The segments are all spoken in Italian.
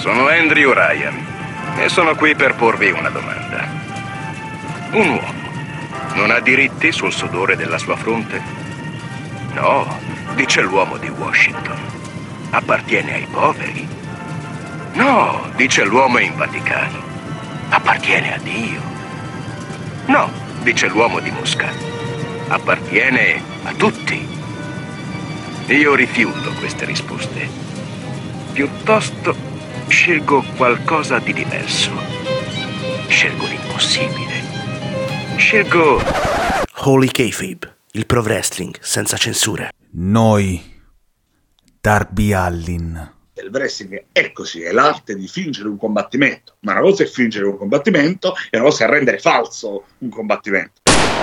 Sono Andrew Ryan e sono qui per porvi una domanda. Un uomo non ha diritti sul sudore della sua fronte? No, dice l'uomo di Washington. Appartiene ai poveri? No, dice l'uomo in Vaticano. Appartiene a Dio? No, dice l'uomo di Mosca. Appartiene a tutti. Io rifiuto queste risposte. Piuttosto scelgo qualcosa di diverso. Scelgo l'impossibile. Scelgo Holy Kayfabe, il pro wrestling senza censure. Noi, Darby Allin. Il wrestling è così, è l'arte di fingere un combattimento, ma una cosa è fingere un combattimento e una cosa è rendere falso un combattimento.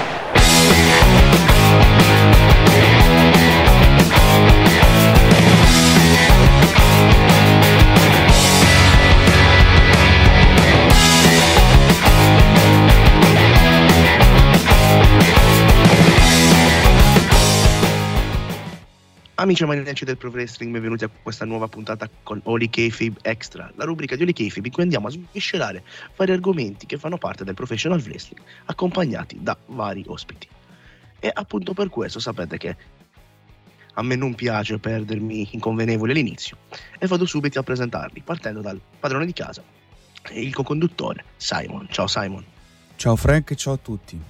Amici e maniaci del pro wrestling, benvenuti a questa nuova puntata con Holy Kayfabe Extra, la rubrica di Holy Kayfabe in cui andiamo a sviscerare vari argomenti che fanno parte del professional wrestling, accompagnati da vari ospiti. E appunto per questo sapete che a me non piace perdermi inconvenevoli all'inizio e vado subito a presentarli, partendo dal padrone di casa, il co-conduttore Simon. Ciao Simon. Ciao Frank e ciao a tutti.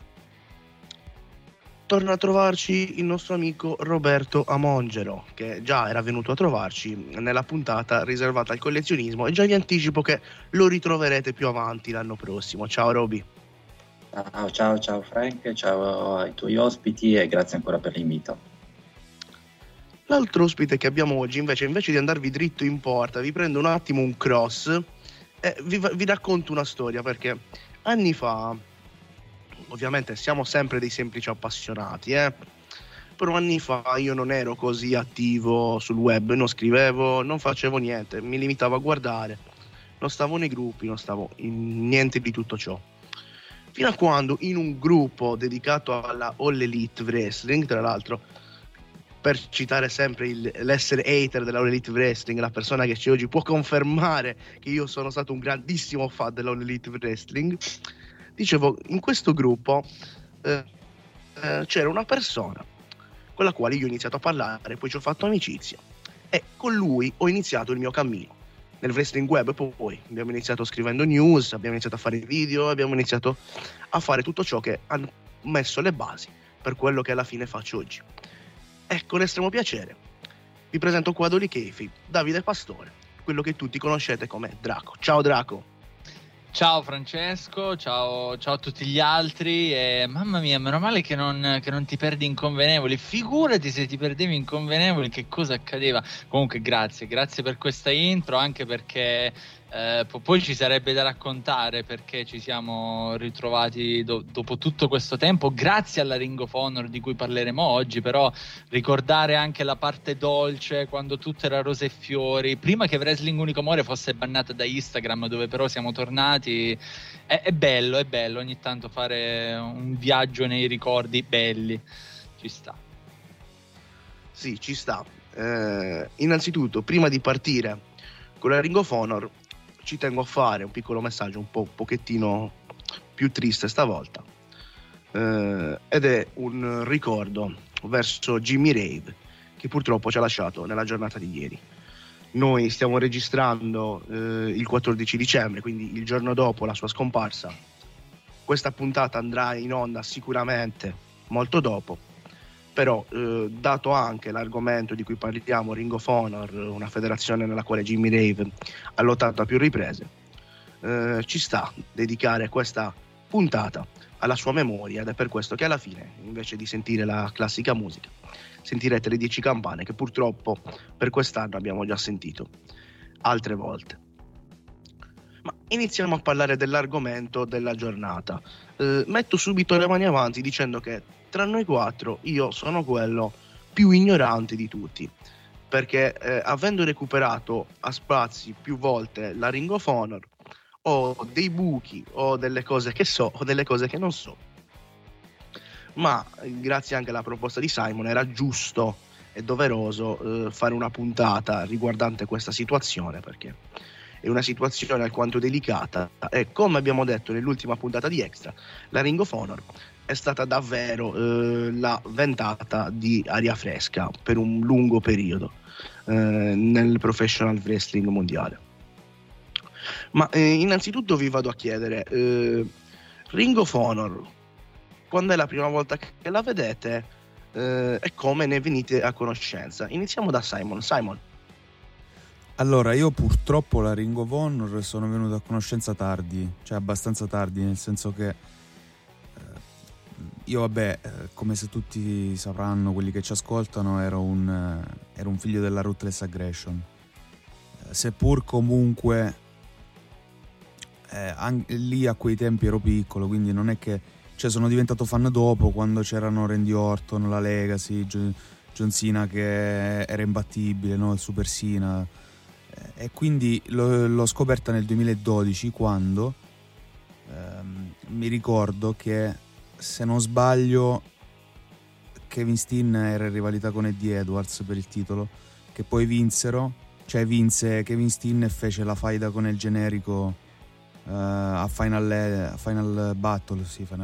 Torna a trovarci il nostro amico Roberto Amongero, che già era venuto a trovarci nella puntata riservata al collezionismo e già vi anticipo che lo ritroverete più avanti l'anno prossimo. Ciao Roby. Ciao Frank, ciao ai tuoi ospiti e grazie ancora per l'invito. L'altro ospite che abbiamo oggi invece di andarvi dritto in porta, vi prendo un attimo un cross e vi racconto una storia, perché anni fa, ovviamente siamo sempre dei semplici appassionati, però anni fa io non ero così attivo sul web, non scrivevo, non facevo niente, mi limitavo a guardare, non stavo nei gruppi, non stavo in niente di tutto ciò. Fino a quando in un gruppo dedicato alla All Elite Wrestling, tra l'altro, per citare sempre l'essere hater della All Elite Wrestling, la persona che c'è oggi può confermare che io sono stato un grandissimo fan della All Elite Wrestling. Dicevo, in questo gruppo c'era una persona con la quale io ho iniziato a parlare, poi ci ho fatto amicizia e con lui ho iniziato il mio cammino nel wrestling web. Poi abbiamo iniziato scrivendo news, abbiamo iniziato a fare video, abbiamo iniziato a fare tutto ciò che hanno messo le basi per quello che alla fine faccio oggi. E con estremo piacere vi presento qua ad Holy Kayfabe Davide Pastore, quello che tutti conoscete come Draco. Ciao Draco. Ciao Francesco, ciao a tutti gli altri e mamma mia, meno male che non ti perdi inconvenevoli, figurati se ti perdevi inconvenevoli che cosa accadeva. Comunque grazie per questa intro, anche perché poi ci sarebbe da raccontare perché ci siamo ritrovati dopo tutto questo tempo, grazie alla Ring of Honor di cui parleremo oggi, però ricordare anche la parte dolce, quando tutto era rose e fiori, prima che Wrestling Unico Amore fosse bannata da Instagram, dove però siamo tornati. È bello ogni tanto fare un viaggio nei ricordi belli, ci sta. Sì, ci sta. Innanzitutto, prima di partire con la Ring of Honor, ci tengo a fare un piccolo messaggio un pochettino più triste stavolta, ed è un ricordo verso Jimmy Rave, che purtroppo ci ha lasciato nella giornata di ieri. Noi stiamo registrando il 14 dicembre, quindi il giorno dopo la sua scomparsa. Questa puntata andrà in onda sicuramente molto dopo, però dato anche l'argomento di cui parliamo, Ring of Honor, una federazione nella quale Jimmy Rave ha lottato a più riprese, ci sta dedicare questa puntata alla sua memoria, ed è per questo che alla fine, invece di sentire la classica musica, sentirete le 10 campane che purtroppo per quest'anno abbiamo già sentito altre volte. Ma iniziamo a parlare dell'argomento della giornata. Metto subito le mani avanti dicendo che tra noi quattro io sono quello più ignorante di tutti, perché avendo recuperato a spazi più volte la Ring of Honor, ho dei buchi, ho delle cose che so, ho delle cose che non so. Ma grazie anche alla proposta di Simon era giusto e doveroso fare una puntata riguardante questa situazione, perché è una situazione alquanto delicata e, come abbiamo detto nell'ultima puntata di Extra, la Ring of Honor è stata davvero la ventata di aria fresca per un lungo periodo nel professional wrestling mondiale. Ma innanzitutto vi vado a chiedere, Ring of Honor, quando è la prima volta che la vedete e come ne venite a conoscenza? Iniziamo da Simon. Allora, io purtroppo la Ring of Honor sono venuto a conoscenza tardi, cioè abbastanza tardi, nel senso che io, come se tutti sapranno, quelli che ci ascoltano, ero un figlio della Ruthless Aggression. Seppur comunque lì a quei tempi ero piccolo, quindi non è che, cioè, sono diventato fan dopo, quando c'erano Randy Orton, la Legacy, John Cena che era imbattibile, no? Il Super Cena, e quindi l'ho scoperta nel 2012, quando mi ricordo che, se non sbaglio, Kevin Steen era in rivalità con Eddie Edwards per il titolo, che poi vinse Kevin Steen e fece la faida con il generico a Final Battle,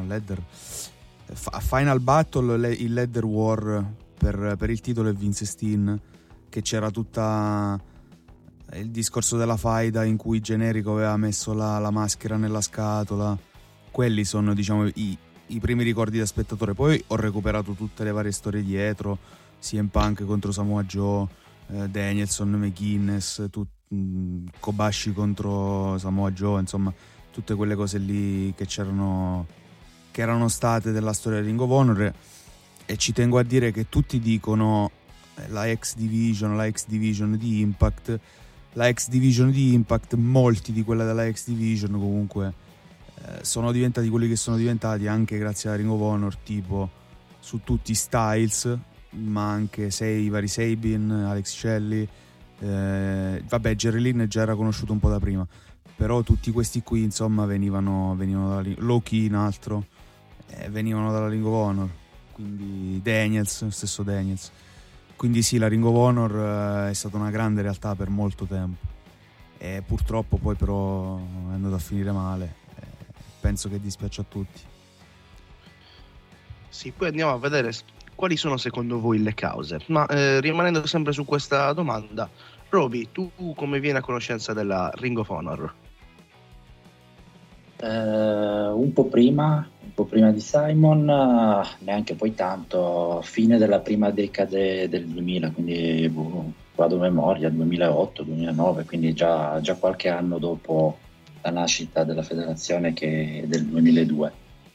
a Final Battle, il Ladder War per il titolo, e vinse Steen, che c'era tutta il discorso della faida in cui generico aveva messo la maschera nella scatola. Quelli sono, diciamo, i primi ricordi da spettatore. Poi ho recuperato tutte le varie storie dietro, CM Punk contro Samoa Joe, Danielson, McGuinness, Kobashi contro Samoa Joe, insomma tutte quelle cose lì che erano state della storia di Ring of Honor. E ci tengo a dire che tutti dicono la X Division di Impact. La X Division di Impact, molti di quella della X Division comunque sono diventati quelli che sono diventati anche grazie alla Ring of Honor, tipo su tutti Styles, ma anche i vari Sabin, Alex Shelley, Jerry Lynn già era conosciuto un po' da prima, però tutti questi qui, insomma, venivano dalla Low-Key, un altro, venivano dalla Ring of Honor, quindi stesso Daniels. Quindi sì, la Ring of Honor è stata una grande realtà per molto tempo, e purtroppo poi però è andato a finire male. Penso che dispiace a tutti. Sì, poi andiamo a vedere quali sono secondo voi le cause. Ma rimanendo sempre su questa domanda, Roby, tu come vieni a conoscenza della Ring of Honor? Un po' prima di Simon, neanche poi tanto, fine della prima decade del 2000, quindi vado a memoria, 2008-2009, quindi già qualche anno dopo la nascita della federazione, che è del 2002,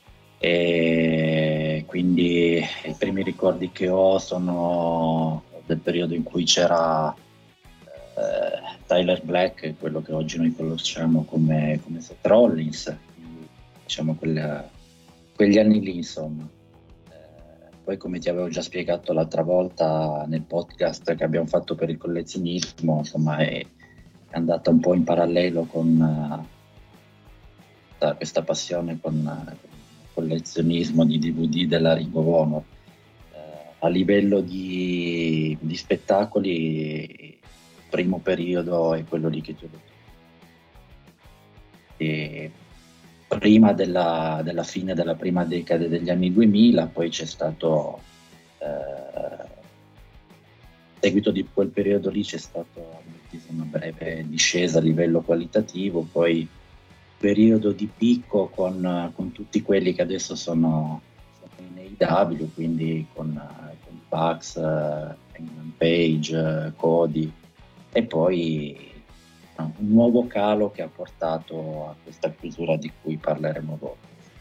e quindi i primi ricordi che ho sono del periodo in cui c'era Tyler Black, quello che oggi noi conosciamo come Seth Rollins, quindi, diciamo quegli anni lì, insomma. Poi, come ti avevo già spiegato l'altra volta nel podcast che abbiamo fatto per il collezionismo, insomma, è andata un po' in parallelo con questa passione con il collezionismo di DVD della Ring of Honor. A livello di spettacoli, il primo periodo è quello lì che ti ho detto. E prima della fine della prima decade degli anni 2000, poi c'è stato seguito di quel periodo lì c'è stato una breve discesa a livello qualitativo, poi periodo di picco con tutti quelli che adesso sono in AEW, quindi con Bucks, Hangman Page, Cody, e poi un nuovo calo che ha portato a questa chiusura di cui parleremo dopo.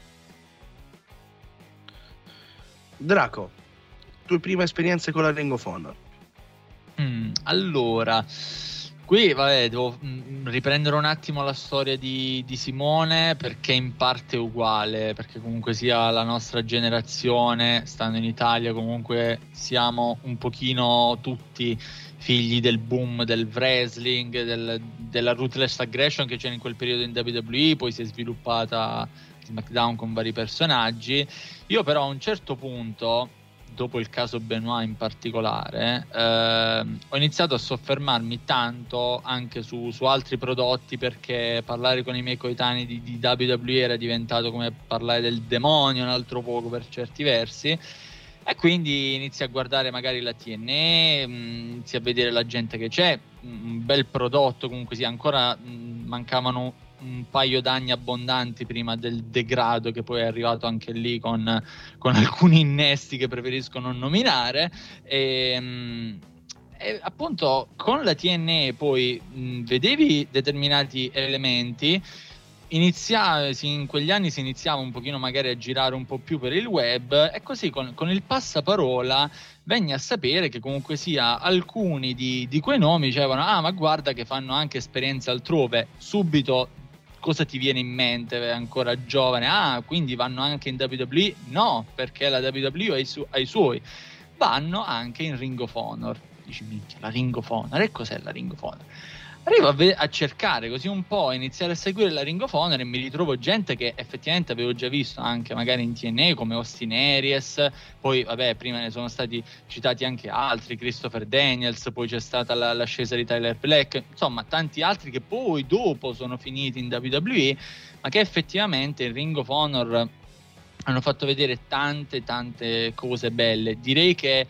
Draco, tue prime esperienze con la Ring of Honor? Allora, qui devo riprendere un attimo la storia di Simone, perché in parte è uguale, perché comunque sia la nostra generazione, stando in Italia, comunque siamo un pochino tutti figli del boom del wrestling, della Ruthless Aggression che c'era in quel periodo in WWE, poi si è sviluppata SmackDown con vari personaggi. Io però a un certo punto, dopo il caso Benoit in particolare, ho iniziato a soffermarmi tanto anche su altri prodotti, perché parlare con i miei coetanei di WWE era diventato come parlare del demonio un altro poco per certi versi, e quindi inizi a guardare magari la TNA, inizi a vedere la gente che c'è, un bel prodotto comunque sia, ancora mancavano un paio d'anni abbondanti prima del degrado che poi è arrivato anche lì con alcuni innesti che preferisco non nominare, e appunto con la TNA poi vedevi determinati elementi, in quegli anni si iniziava un pochino magari a girare un po' più per il web, e così con il passaparola venni a sapere che comunque sia alcuni di quei nomi dicevano: ah, ma guarda che fanno anche esperienze altrove. Subito cosa ti viene in mente ancora giovane? Ah, quindi vanno anche in WWE? No, perché la WWE ha i suoi. Vanno anche in Ring of Honor. Dici, minchia, la Ring of Honor, e cos'è la Ring of Honor? Arrivo a cercare così un po', iniziare a seguire la Ring of Honor, e mi ritrovo gente che effettivamente avevo già visto anche magari in TNA, come Austin Aries, poi vabbè, prima ne sono stati citati anche altri, Christopher Daniels, poi c'è stata l'ascesa di Tyler Black, insomma tanti altri che poi dopo sono finiti in WWE, ma che effettivamente in Ring of Honor hanno fatto vedere tante cose belle. Direi che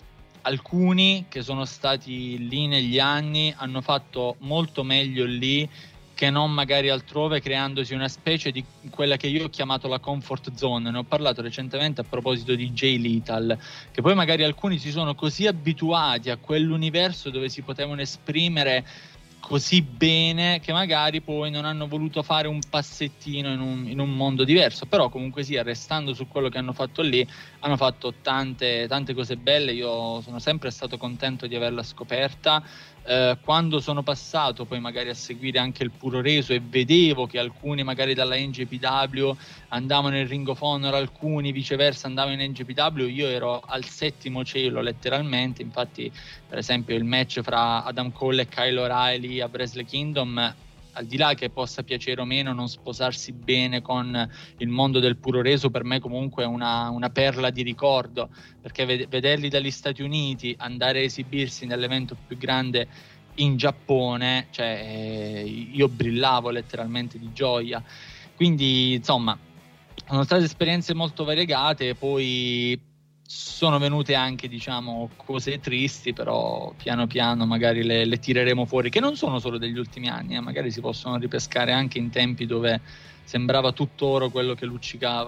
alcuni che sono stati lì negli anni hanno fatto molto meglio lì che non magari altrove, creandosi una specie di quella che io ho chiamato la comfort zone. Ne ho parlato recentemente a proposito di Jay Lethal, che poi magari alcuni si sono così abituati a quell'universo dove si potevano esprimere così bene che magari poi non hanno voluto fare un passettino in un mondo diverso, però comunque sia, restando su quello che hanno fatto lì, hanno fatto tante cose belle. Io sono sempre stato contento di averla scoperta. Quando sono passato poi magari a seguire anche il puro reso e vedevo che alcuni magari dalla NJPW andavano in Ring of Honor, alcuni viceversa andavano in NJPW, io ero al settimo cielo letteralmente. Infatti per esempio il match fra Adam Cole e Kyle O'Reilly a Wrestle Kingdom, al di là che possa piacere o meno non sposarsi bene con il mondo del puro reso, per me comunque è una perla di ricordo, perché vederli dagli Stati Uniti andare a esibirsi nell'evento più grande in Giappone, cioè io brillavo letteralmente di gioia. Quindi insomma sono state esperienze molto variegate, poi sono venute anche, diciamo, cose tristi, però piano piano magari le tireremo fuori, che non sono solo degli ultimi anni, magari si possono ripescare anche in tempi dove sembrava tutto oro quello che luccicava.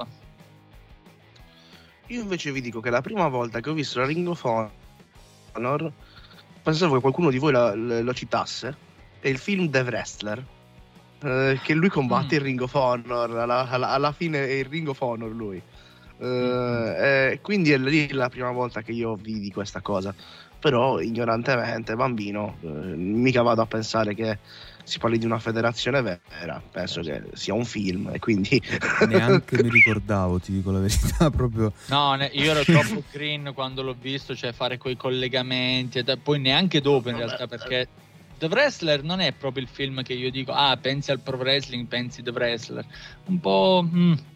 Io invece vi dico che la prima volta che ho visto la Ring of Honor, pensavo che qualcuno di voi lo citasse, è il film The Wrestler, che lui combatte il Ring of Honor, alla fine è il Ring of Honor lui. Quindi è lì la prima volta che io vidi questa cosa, però ignorantemente, bambino, mica vado a pensare che si parli di una federazione vera, penso che sia un film, e quindi neanche mi ricordavo, ti dico la verità, proprio no, io ero troppo green quando l'ho visto, cioè fare quei collegamenti, e poi neanche dopo in realtà, perché The Wrestler non è proprio il film che io dico pensi al pro wrestling, pensi The Wrestler, un po'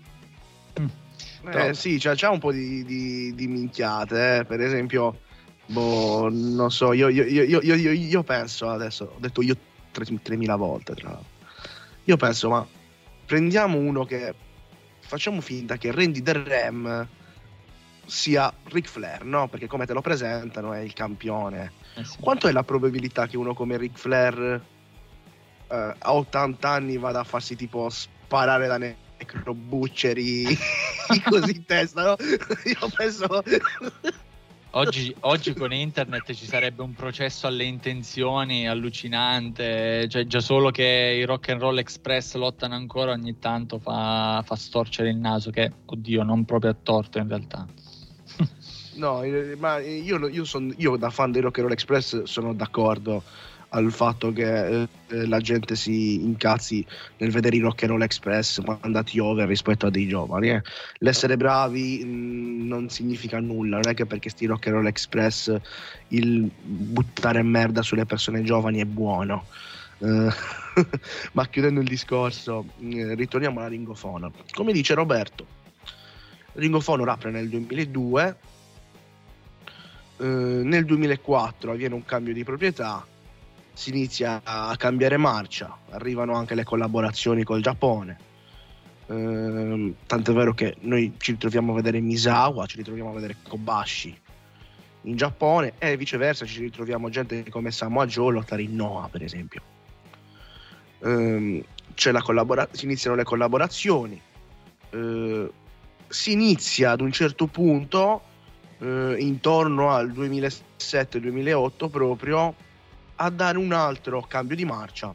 sì, c'ha un po' di minchiate, per esempio, non so, io penso, adesso ho detto io 3.000 volte, tra l'altro, io penso, ma prendiamo uno che facciamo finta che Randy the Ram sia Ric Flair, no? Perché come te lo presentano è il campione. sì. Quanto è la probabilità che uno come Ric Flair a 80 anni vada a farsi tipo sparare da necrobuceri così in testa, no? Io penso Oggi con internet ci sarebbe un processo alle intenzioni allucinante, cioè già solo che i Rock and Roll Express lottano ancora ogni tanto fa storcere il naso, che oddio non proprio a torto in realtà. no, ma io da fan dei Rock and Roll Express sono d'accordo al fatto che la gente si incazzi nel vedere i Rock and Roll Express mandati over rispetto a dei giovani. L'essere bravi non significa nulla, non è che perché sti Rock and Roll Express il buttare merda sulle persone giovani è buono. Ma chiudendo il discorso, ritorniamo alla Ring of Honor. Come dice Roberto, Ring of Honor apre nel 2002 Nel 2004 avviene un cambio di proprietà, si inizia a cambiare marcia, arrivano anche le collaborazioni col Giappone, tant'è vero che noi ci ritroviamo a vedere Misawa, ci ritroviamo a vedere Kobashi in Giappone, e viceversa ci ritroviamo gente come Samoa Joe lottare in Noah, per esempio. Si iniziano le collaborazioni, si inizia ad un certo punto, intorno al 2007-2008 proprio, a dare un altro cambio di marcia,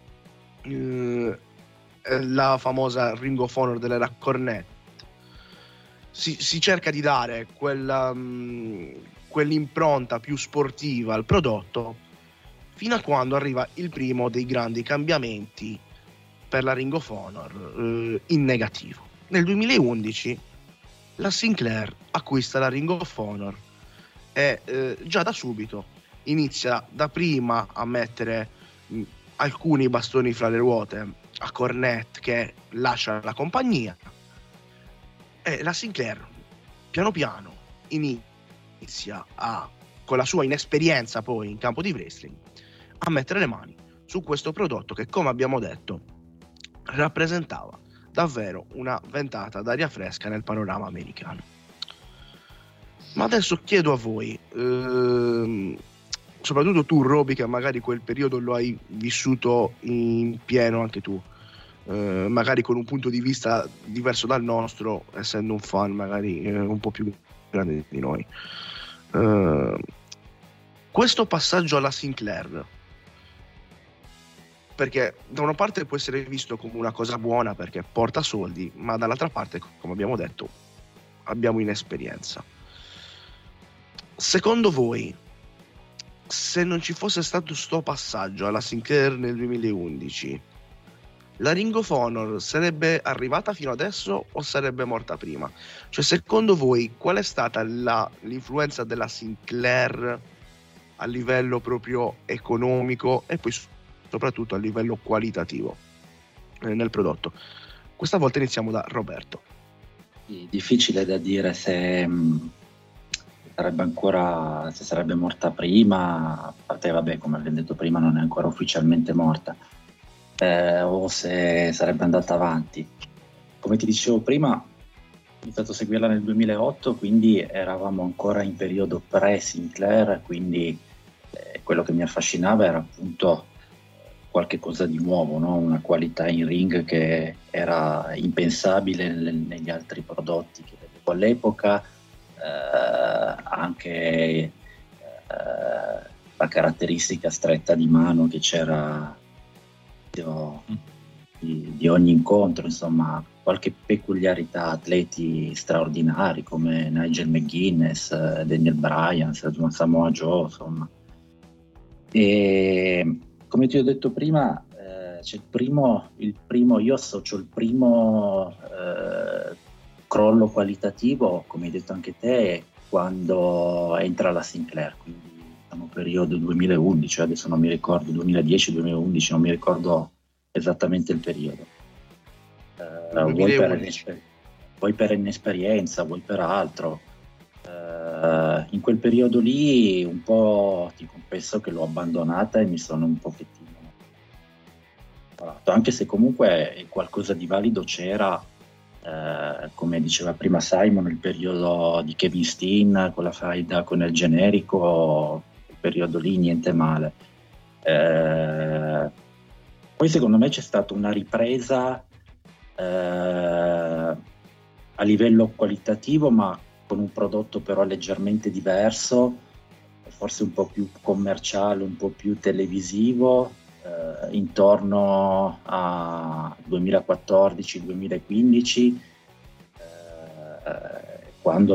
la famosa Ring of Honor dell'era Cornette. Si cerca di dare quell'impronta più sportiva al prodotto, fino a quando arriva il primo dei grandi cambiamenti per la Ring of Honor, in negativo. Nel 2011 la Sinclair acquista la Ring of Honor e già da subito inizia dapprima a mettere alcuni bastoni fra le ruote a Cornette, che lascia la compagnia, e la Sinclair piano piano inizia con la sua inesperienza poi in campo di wrestling, a mettere le mani su questo prodotto che, come abbiamo detto, rappresentava davvero una ventata d'aria fresca nel panorama americano. Ma adesso chiedo a voi, soprattutto tu Roby, che magari quel periodo lo hai vissuto in pieno anche tu, magari con un punto di vista diverso dal nostro, essendo un fan magari un po' più grande di noi, questo passaggio alla Sinclair, perché da una parte può essere visto come una cosa buona perché porta soldi, ma dall'altra parte, come abbiamo detto, abbiamo inesperienza. Secondo voi, se non ci fosse stato sto passaggio alla Sinclair nel 2011, la Ring of Honor sarebbe arrivata fino adesso o sarebbe morta prima? Cioè, secondo voi, qual è stata l'influenza della Sinclair a livello proprio economico e poi soprattutto a livello qualitativo nel prodotto? Questa volta iniziamo da Roberto. Difficile da dire se sarebbe morta prima, a parte, vabbè, come abbiamo detto prima, non è ancora ufficialmente morta, o se sarebbe andata avanti. Come ti dicevo prima, ho iniziato a seguirla nel 2008, quindi eravamo ancora in periodo pre-Sinclair, quindi quello che mi affascinava era appunto qualche cosa di nuovo, no? Una qualità in ring che era impensabile negli altri prodotti che vedevo all'epoca, anche la caratteristica stretta di mano che c'era di ogni incontro, insomma, qualche peculiarità, atleti straordinari come Nigel McGuinness, Daniel Bryan, Samoa Joe, insomma. E come ti ho detto prima, c'è io associo il primo crollo qualitativo, come hai detto anche te, quando entra la Sinclair, quindi periodo 2011, adesso non mi ricordo, 2010-2011, non mi ricordo esattamente il periodo. Vuoi per inesperienza, vuoi per altro. In quel periodo lì un po' ti confesso che l'ho abbandonata e mi sono un pochettino imparato, anche se comunque qualcosa di valido c'era, come diceva prima Simon, il periodo di Kevin Steen con la faida con il generico, quel periodo lì niente male. Poi secondo me c'è stata una ripresa a livello qualitativo, ma con un prodotto però leggermente diverso, forse un po' più commerciale, un po' più televisivo, intorno a 2014-2015, quando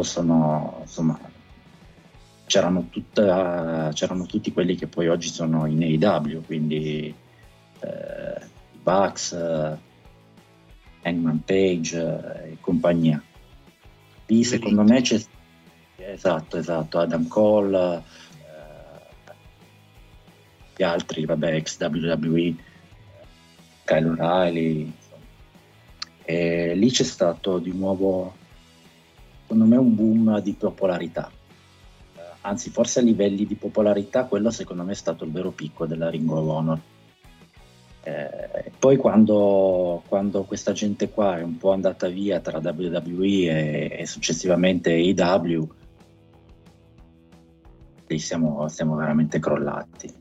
c'erano tutti quelli che poi oggi sono in AEW, quindi i Bucks, Hangman Page e compagnia. Lì secondo me c'è esatto, Adam Cole, gli altri, vabbè, ex WWE, Kyle O'Reilly, insomma. E lì c'è stato di nuovo, secondo me, un boom di popolarità, anzi forse a livelli di popolarità quello secondo me è stato il vero picco della Ring of Honor. Poi quando questa gente qua è un po' andata via tra WWE e successivamente AEW, siamo veramente crollati.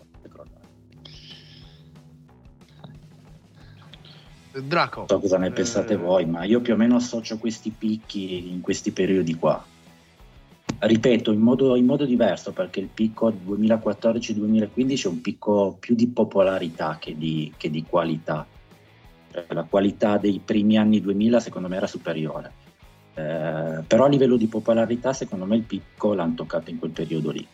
Draco, Non so cosa ne pensate voi, ma io più o meno associo questi picchi in questi periodi qua. Ripeto, in modo diverso, perché il picco 2014-2015 è un picco più di popolarità che di qualità. La qualità dei primi anni 2000 secondo me era superiore, però a livello di popolarità secondo me il picco l'hanno toccato in quel periodo lì.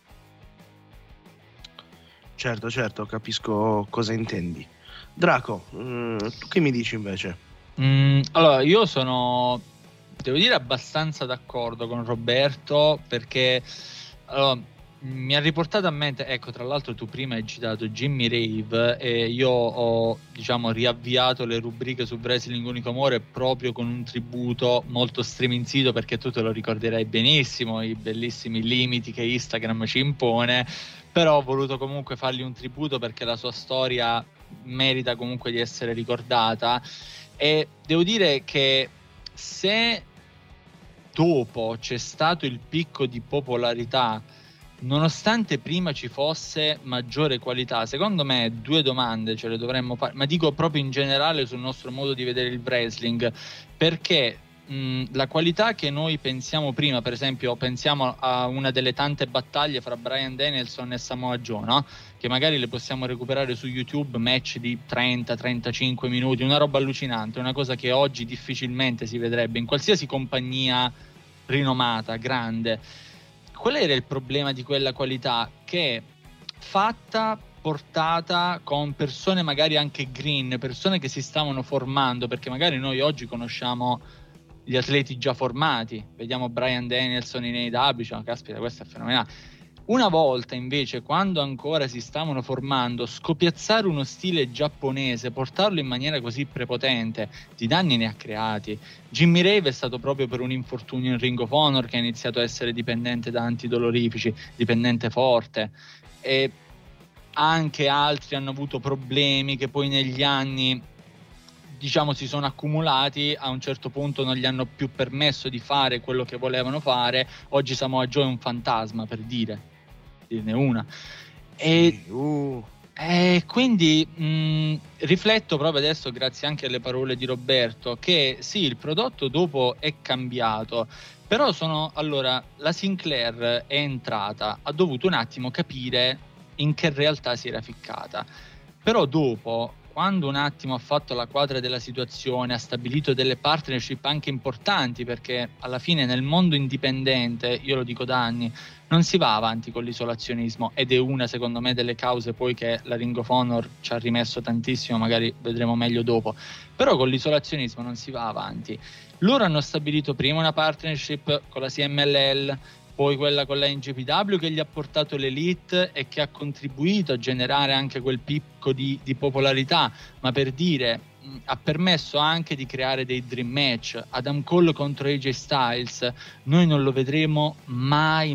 Certo, capisco cosa intendi. Draco, tu che mi dici invece? Allora, io sono, devo dire, abbastanza d'accordo con Roberto, perché allora, mi ha riportato a mente, ecco, tra l'altro tu prima hai citato Jimmy Rave e io ho, diciamo, riavviato le rubriche su Wrestling Unico Amore proprio con un tributo molto streaming sito, perché tu te lo ricorderai benissimo, i bellissimi limiti che Instagram ci impone, però ho voluto comunque fargli un tributo perché la sua storia merita comunque di essere ricordata. E devo dire che se dopo c'è stato il picco di popolarità, nonostante prima ci fosse maggiore qualità, secondo me due domande ce le dovremmo fare, ma dico proprio in generale sul nostro modo di vedere il wrestling, perché la qualità che noi pensiamo prima, per esempio pensiamo a una delle tante battaglie fra Bryan Danielson e Samoa Joe, no? Che magari le possiamo recuperare su YouTube, match di 30-35 minuti, una roba allucinante, una cosa che oggi difficilmente si vedrebbe in qualsiasi compagnia rinomata, grande. Qual era il problema di quella qualità? Che fatta, portata con persone magari anche green, persone che si stavano formando, perché magari noi oggi conosciamo gli atleti già formati, vediamo Bryan Danielson in AEW, diciamo, caspita, questo è fenomenale. Una volta invece, quando ancora si stavano formando, scopiazzare uno stile giapponese, portarlo in maniera così prepotente, di danni ne ha creati. Jimmy Rave è stato proprio per un infortunio in Ring of Honor che ha iniziato a essere dipendente da antidolorifici, dipendente forte, e anche altri hanno avuto problemi che poi negli anni, diciamo, si sono accumulati, a un certo punto non gli hanno più permesso di fare quello che volevano fare. Oggi Samoa Joe è un fantasma, per dirne una. E quindi rifletto proprio adesso, grazie anche alle parole di Roberto, che sì, il prodotto dopo è cambiato, però allora la Sinclair è entrata, ha dovuto un attimo capire in che realtà si era ficcata, però dopo, quando un attimo ha fatto la quadra della situazione, ha stabilito delle partnership anche importanti, perché alla fine nel mondo indipendente, io lo dico da anni, non si va avanti con l'isolazionismo, ed è una, secondo me, delle cause poi che la Ring of Honor ci ha rimesso tantissimo, magari vedremo meglio dopo, però con l'isolazionismo non si va avanti. Loro hanno stabilito prima una partnership con la CMLL, poi quella con la NJPW che gli ha portato l'Elite e che ha contribuito a generare anche quel picco di popolarità, ma per dire, ha permesso anche di creare dei dream match. Adam Cole contro AJ Styles, noi non lo vedremo mai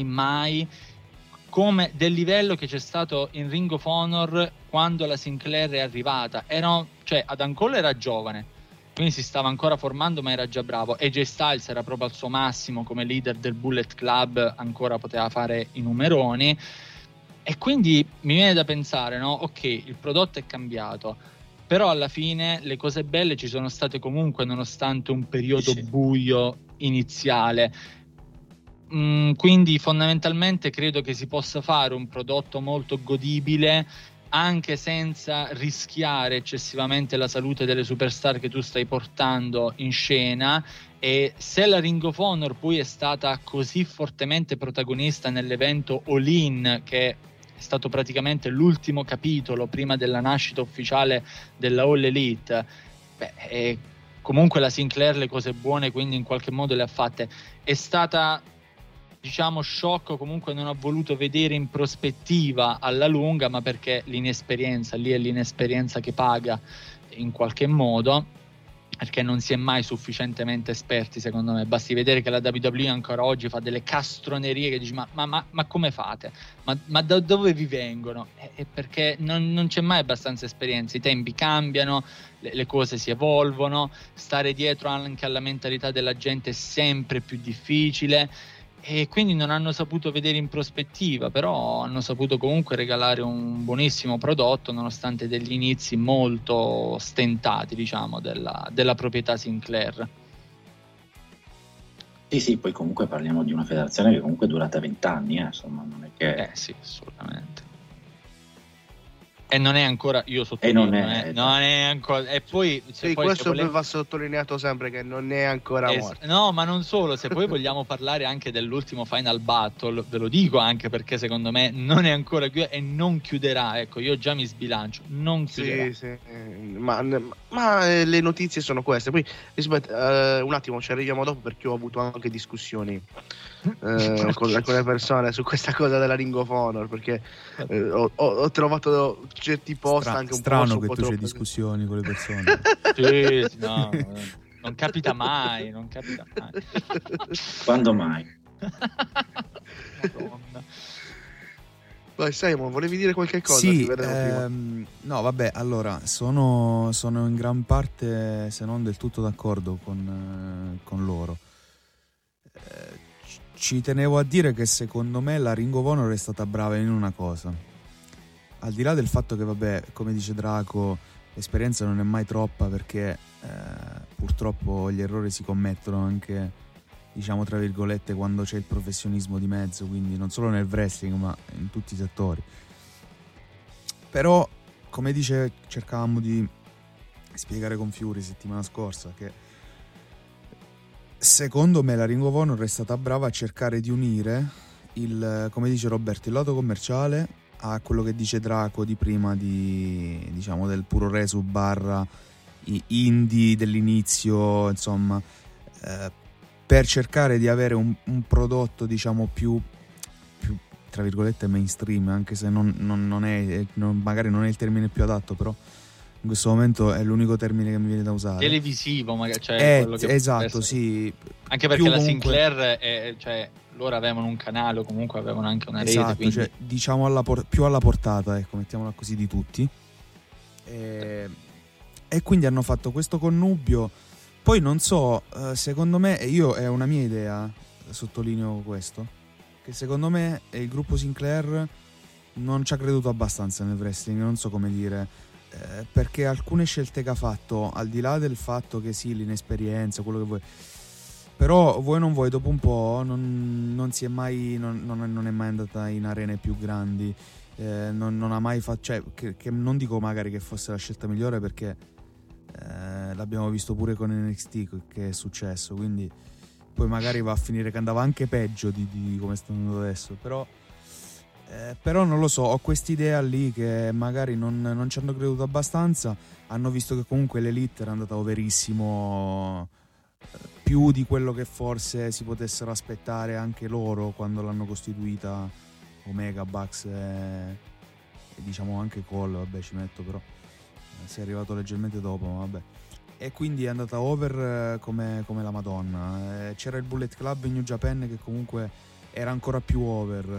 come del livello che c'è stato in Ring of Honor quando la Sinclair è arrivata. Cioè Adam Cole era giovane, quindi si stava ancora formando, ma era già bravo. AJ Styles era proprio al suo massimo come leader del Bullet Club, ancora poteva fare i numeroni, e quindi mi viene da pensare, no? Ok, il prodotto è cambiato, però alla fine le cose belle ci sono state comunque, nonostante un periodo buio iniziale. Quindi fondamentalmente credo che si possa fare un prodotto molto godibile anche senza rischiare eccessivamente la salute delle superstar che tu stai portando in scena. E se la Ring of Honor poi è stata così fortemente protagonista nell'evento All In, che è stato praticamente l'ultimo capitolo prima della nascita ufficiale della All Elite, comunque la Sinclair le cose buone quindi in qualche modo le ha fatte. È stata, diciamo, sciocco, comunque non ha voluto vedere in prospettiva alla lunga, ma perché l'inesperienza, lì è l'inesperienza che paga in qualche modo. perché non si è mai sufficientemente esperti, secondo me. Basti vedere che la WWE ancora oggi fa delle castronerie che dici ma come fate? Ma da dove vi vengono? È perché non c'è mai abbastanza esperienza, i tempi cambiano, le cose si evolvono, stare dietro anche alla mentalità della gente è sempre più difficile, e quindi non hanno saputo vedere in prospettiva, però hanno saputo comunque regalare un buonissimo prodotto nonostante degli inizi molto stentati, diciamo, della proprietà Sinclair. Sì, poi comunque parliamo di una federazione che comunque è durata 20 anni, insomma, non è che... Sì, assolutamente. E non è ancora, io sottolineo, non è ancora, e poi questo va sottolineato sempre, che non è ancora morto. No, ma non solo, se poi vogliamo parlare anche dell'ultimo Final Battle, ve lo dico anche perché secondo me non è ancora chiuso e non chiuderà, ecco, io già mi sbilancio, non chiuderà. Sì. Ma le notizie sono queste. Poi un attimo, ci arriviamo dopo, perché ho avuto anche discussioni con alcune persone su questa cosa della Ring of Honor, perché ho trovato certi post anche un strano po' che tu c'hai discussioni con le persone. Sì, no, non capita mai. Quando mai? Madonna. Vai Simon, volevi dire qualche cosa? Sì, no vabbè, allora sono in gran parte, se non del tutto, d'accordo con loro. Ci tenevo a dire che secondo me la Ring of Honor è stata brava in una cosa: al di là del fatto che, vabbè, come dice Draco, l'esperienza non è mai troppa, perché purtroppo gli errori si commettono anche, diciamo tra virgolette, quando c'è il professionismo di mezzo, quindi non solo nel wrestling ma in tutti i settori. Però, come dice, cercavamo di spiegare con Fury settimana scorsa, che secondo me la Ring of Honor è stata brava a cercare di unire come dice Roberto, il lato commerciale a quello che dice Draco di prima, diciamo del puro resu barra indie dell'inizio, insomma, per cercare di avere un prodotto, diciamo, più tra virgolette mainstream, anche se magari non è il termine più adatto, però in questo momento è l'unico termine che mi viene da usare. Televisivo, magari, cioè quello che esatto, sì. Anche perché la Sinclair cioè loro avevano un canale, o comunque avevano anche una rete, esatto, quindi... cioè, diciamo più alla portata, ecco, mettiamola così, di tutti. E quindi hanno fatto questo connubio. Poi non so, secondo me, e io è una mia idea, sottolineo questo, che secondo me il gruppo Sinclair non ci ha creduto abbastanza nel wrestling, non so come dire, perché alcune scelte che ha fatto, al di là del fatto che sì, l'inesperienza, quello che vuoi, però vuoi non vuoi, dopo un po' non è mai andata in arene più grandi, non ha mai fatto, cioè, che non dico magari che fosse la scelta migliore, perché l'abbiamo visto pure con NXT che è successo, quindi poi magari va a finire che andava anche peggio di come sta andando adesso, però non lo so, ho quest'idea lì che magari non ci hanno creduto abbastanza, hanno visto che comunque l'Elite era andata overissimo, più di quello che forse si potessero aspettare anche loro quando l'hanno costituita, Omega, Bucks e diciamo anche Cole, vabbè ci metto, però si è arrivato leggermente dopo, ma vabbè. E quindi è andata over come la Madonna. C'era il Bullet Club in New Japan che comunque era ancora più over.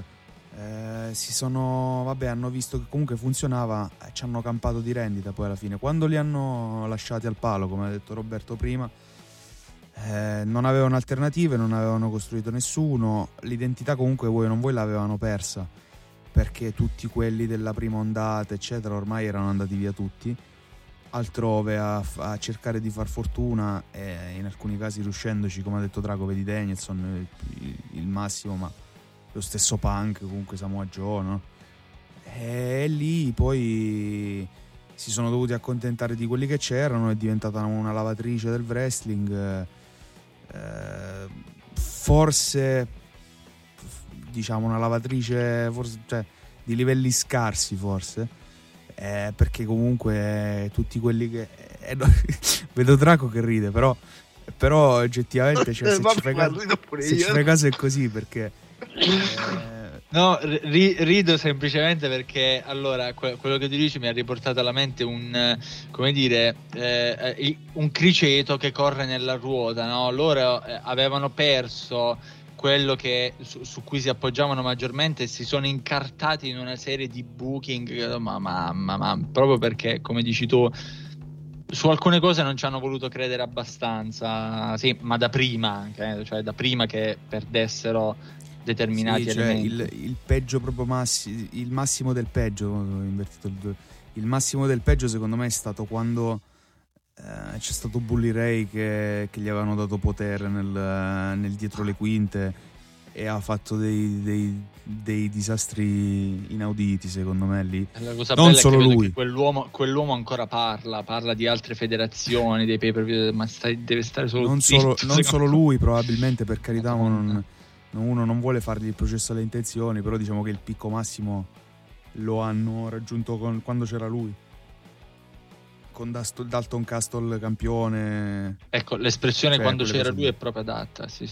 Hanno visto che comunque funzionava, ci hanno campato di rendita poi alla fine. Quando li hanno lasciati al palo, come ha detto Roberto prima, non avevano alternative, non avevano costruito nessuno, l'identità comunque vuoi o non vuoi l'avevano persa, perché tutti quelli della prima ondata eccetera ormai erano andati via tutti altrove a cercare di far fortuna, e in alcuni casi riuscendoci, come ha detto Drago, vedi Danielson il massimo, ma lo stesso Punk, comunque Samoa Joe, no? E lì poi si sono dovuti accontentare di quelli che c'erano, è diventata una lavatrice del wrestling, forse diciamo una lavatrice forse, cioè, di livelli scarsi forse, perché comunque tutti quelli che vedo Draco che ride, però oggettivamente, cioè, se ci fai caso è così, perché No, rido semplicemente perché allora quello che tu dici mi ha riportato alla mente un criceto che corre nella ruota, no? Loro avevano perso quello su cui si appoggiavano maggiormente e si sono incartati in una serie di booking, ma proprio perché, come dici tu, su alcune cose non ci hanno voluto credere abbastanza, sì, ma da prima anche, cioè da prima che perdessero determinati elementi. Il peggio proprio il massimo del peggio, il massimo del peggio secondo me è stato quando c'è stato Bully Ray che gli avevano dato potere nel dietro le quinte e ha fatto dei disastri inauditi, secondo me lì. La cosa non bella solo è che lui, che quell'uomo ancora parla di altre federazioni, dei pay-per-view, ma deve stare solo non zitto, solo lui, probabilmente, per carità, uno non vuole fargli il processo alle intenzioni, però diciamo che il picco massimo lo hanno raggiunto quando c'era lui, con Dalton Castle campione. Ecco, l'espressione, cioè, quando c'era lui lì è proprio adatta, sì.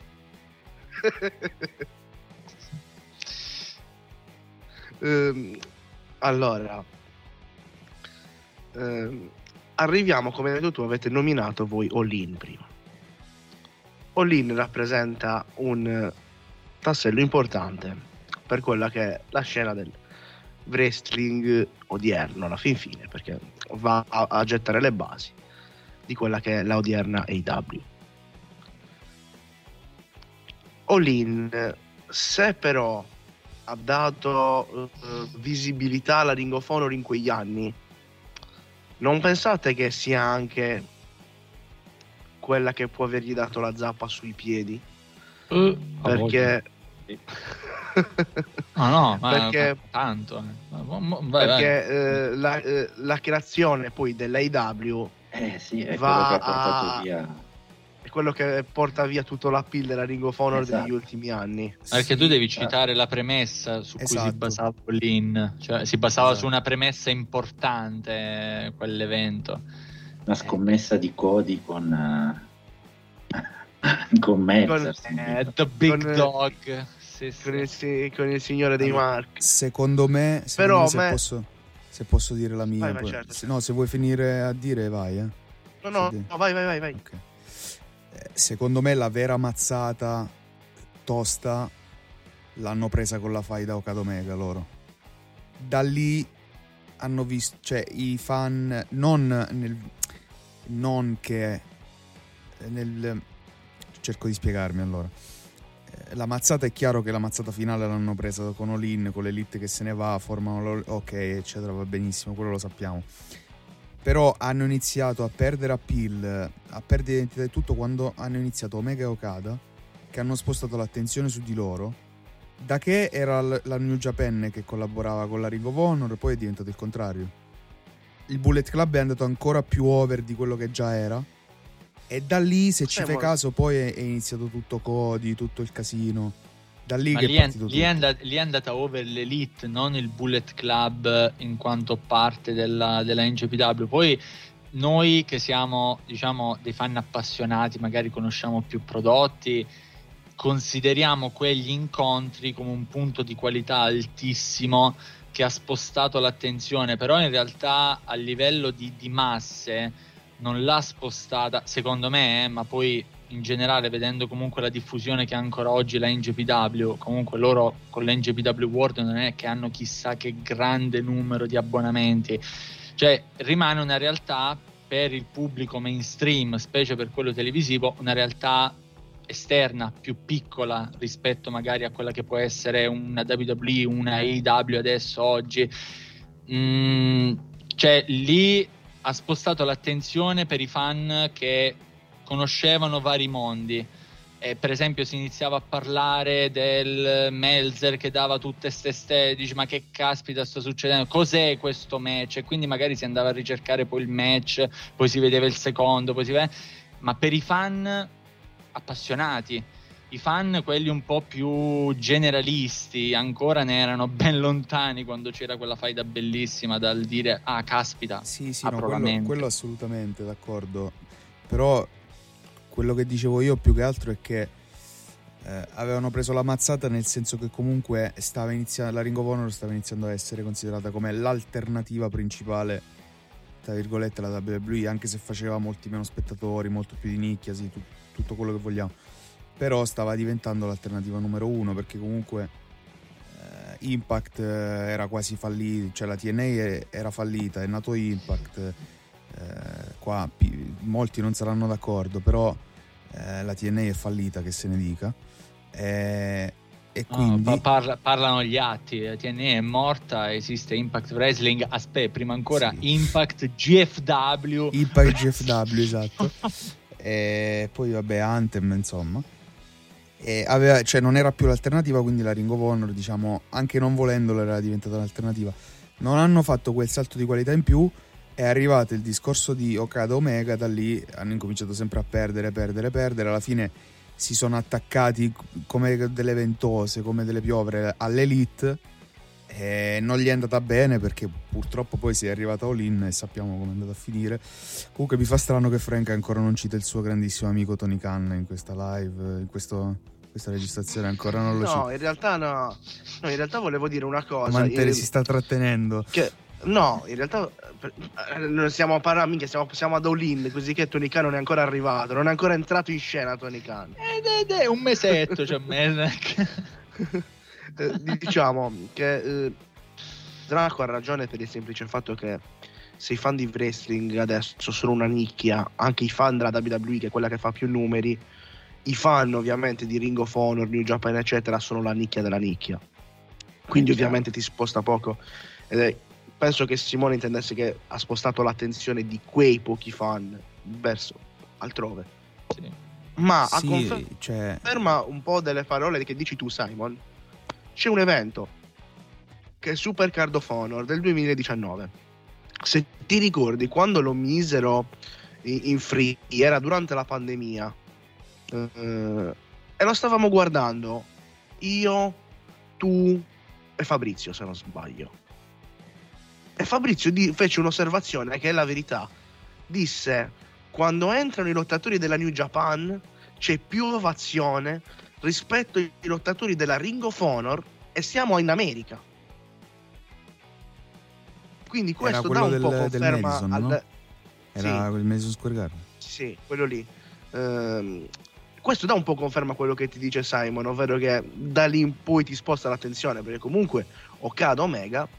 Allora, arriviamo, come hai detto tu, avete nominato voi All In prima. All In rappresenta un tassello importante per quella che è la scena del wrestling odierno alla fin fine, perché va a gettare le basi di quella che è la odierna AEW. All In, se però ha dato visibilità alla Ring of Honor in quegli anni, non pensate che sia anche quella che può avergli dato la zappa sui piedi? Perché no, perché tanto perché la creazione poi dell'AEW sì, è va quello che ha portato via, è quello che porta via tutto l'appeal della Ring of Honor, esatto, degli ultimi anni. Perché tu devi citare la premessa su cui si basava All-In, cioè si basava su una premessa importante, quell'evento. Una scommessa di Cody con Meltzer, The Big Dog, con il signore dei marchi. Secondo me, se posso dire la mia, vai, certo. Se vuoi finire a dire vai. No, vai. Okay. Secondo me la vera mazzata tosta l'hanno presa con la faida Okada Omega loro. Da lì hanno visto, cioè i fan cerco di spiegarmi allora. La mazzata è chiaro che la mazzata finale l'hanno presa con All-In, con l'Elite che se ne va, formano ok, eccetera, va benissimo, quello lo sappiamo. Però hanno iniziato a perdere appeal, a perdere identità e tutto quando hanno iniziato Omega e Okada, che hanno spostato l'attenzione su di loro, da che era la New Japan che collaborava con la Ring of Honor, poi è diventato il contrario. Il Bullet Club è andato ancora più over di quello che già era, e da lì, se ci fai caso, poi è iniziato tutto Cody, tutto il casino. Da lì che è partito tutto. Lì è andata over l'Elite, non il Bullet Club in quanto parte della NJPW. Poi noi che siamo, diciamo, dei fan appassionati, magari conosciamo più prodotti, consideriamo quegli incontri come un punto di qualità altissimo che ha spostato l'attenzione, però in realtà a livello di masse non l'ha spostata, secondo me, ma poi in generale, vedendo comunque la diffusione che ha ancora oggi la NJPW, comunque loro con la NJPW World non è che hanno chissà che grande numero di abbonamenti, cioè rimane una realtà per il pubblico mainstream, specie per quello televisivo, una realtà esterna, più piccola rispetto magari a quella che può essere una WWE, una AEW adesso, oggi. Cioè lì ha spostato l'attenzione per i fan che conoscevano vari mondi. Per esempio si iniziava a parlare del Meltzer che dava tutte ste dici ma che caspita sta succedendo, cos'è questo match, e quindi magari si andava a ricercare poi il match, poi si vedeva il secondo, ma per i fan appassionati, i fan quelli un po' più generalisti ancora ne erano ben lontani quando c'era quella faida bellissima dal dire caspita, sì no, quello assolutamente d'accordo, però quello che dicevo io più che altro è che avevano preso la mazzata, nel senso che comunque la Ring of Honor stava iniziando a essere considerata come l'alternativa principale, tra virgolette, alla WWE, anche se faceva molti meno spettatori, molto più di nicchia, sì, tutto quello che vogliamo, però stava diventando l'alternativa numero uno, perché comunque Impact era quasi fallito, cioè la TNA era fallita, è nato Impact, qua molti non saranno d'accordo, però la TNA è fallita, che se ne dica, e quindi parlano gli atti. La TNA è morta, esiste Impact Wrestling, aspetta, prima ancora sì. Impact GFW, esatto. E poi vabbè, Anthem, insomma, e cioè non era più l'alternativa, quindi la Ring of Honor, diciamo, anche non volendolo, era diventata l'alternativa. Non hanno fatto quel salto di qualità in più, è arrivato il discorso di Okada Omega, da lì hanno incominciato sempre a perdere, alla fine si sono attaccati come delle ventose, come delle piovre all'Elite, e non gli è andata bene, perché purtroppo poi si è arrivata All In e sappiamo come è andata a finire. Comunque mi fa strano che Frank ancora non cita il suo grandissimo amico Tony Khan in questa live, in questa registrazione, ancora non lo cita. No, in realtà volevo dire una cosa. Si sta trattenendo. No, in realtà non stiamo parlando, minchia, siamo ad All In, così che Tony Khan non è ancora arrivato, non è ancora entrato in scena Tony Khan. È un mesetto, cioè diciamo che Draco ha ragione per il semplice fatto che se i fan di wrestling adesso sono una nicchia, anche i fan della WWE, che è quella che fa più numeri, i fan ovviamente di Ring of Honor, New Japan eccetera sono la nicchia della nicchia, quindi ovviamente ti sposta poco, ed penso che Simone intendesse che ha spostato l'attenzione di quei pochi fan verso altrove. Sì. Ma sì, conferma un po' delle parole che dici tu, Simon. C'è un evento che è Super Card of Honor del 2019. Se ti ricordi, quando lo misero in free, era durante la pandemia, e lo stavamo guardando io, tu e Fabrizio, se non sbaglio. E Fabrizio fece un'osservazione che è la verità. Disse: quando entrano i lottatori della New Japan c'è più ovazione rispetto ai lottatori della Ring of Honor, e siamo in America. Quindi questo dà un po' conferma Madison, no? Era quel Madison Square Garden. Sì, quello lì. Questo dà un po' conferma quello che ti dice Simon, ovvero che da lì in poi ti sposta l'attenzione, perché comunque Okada Omega,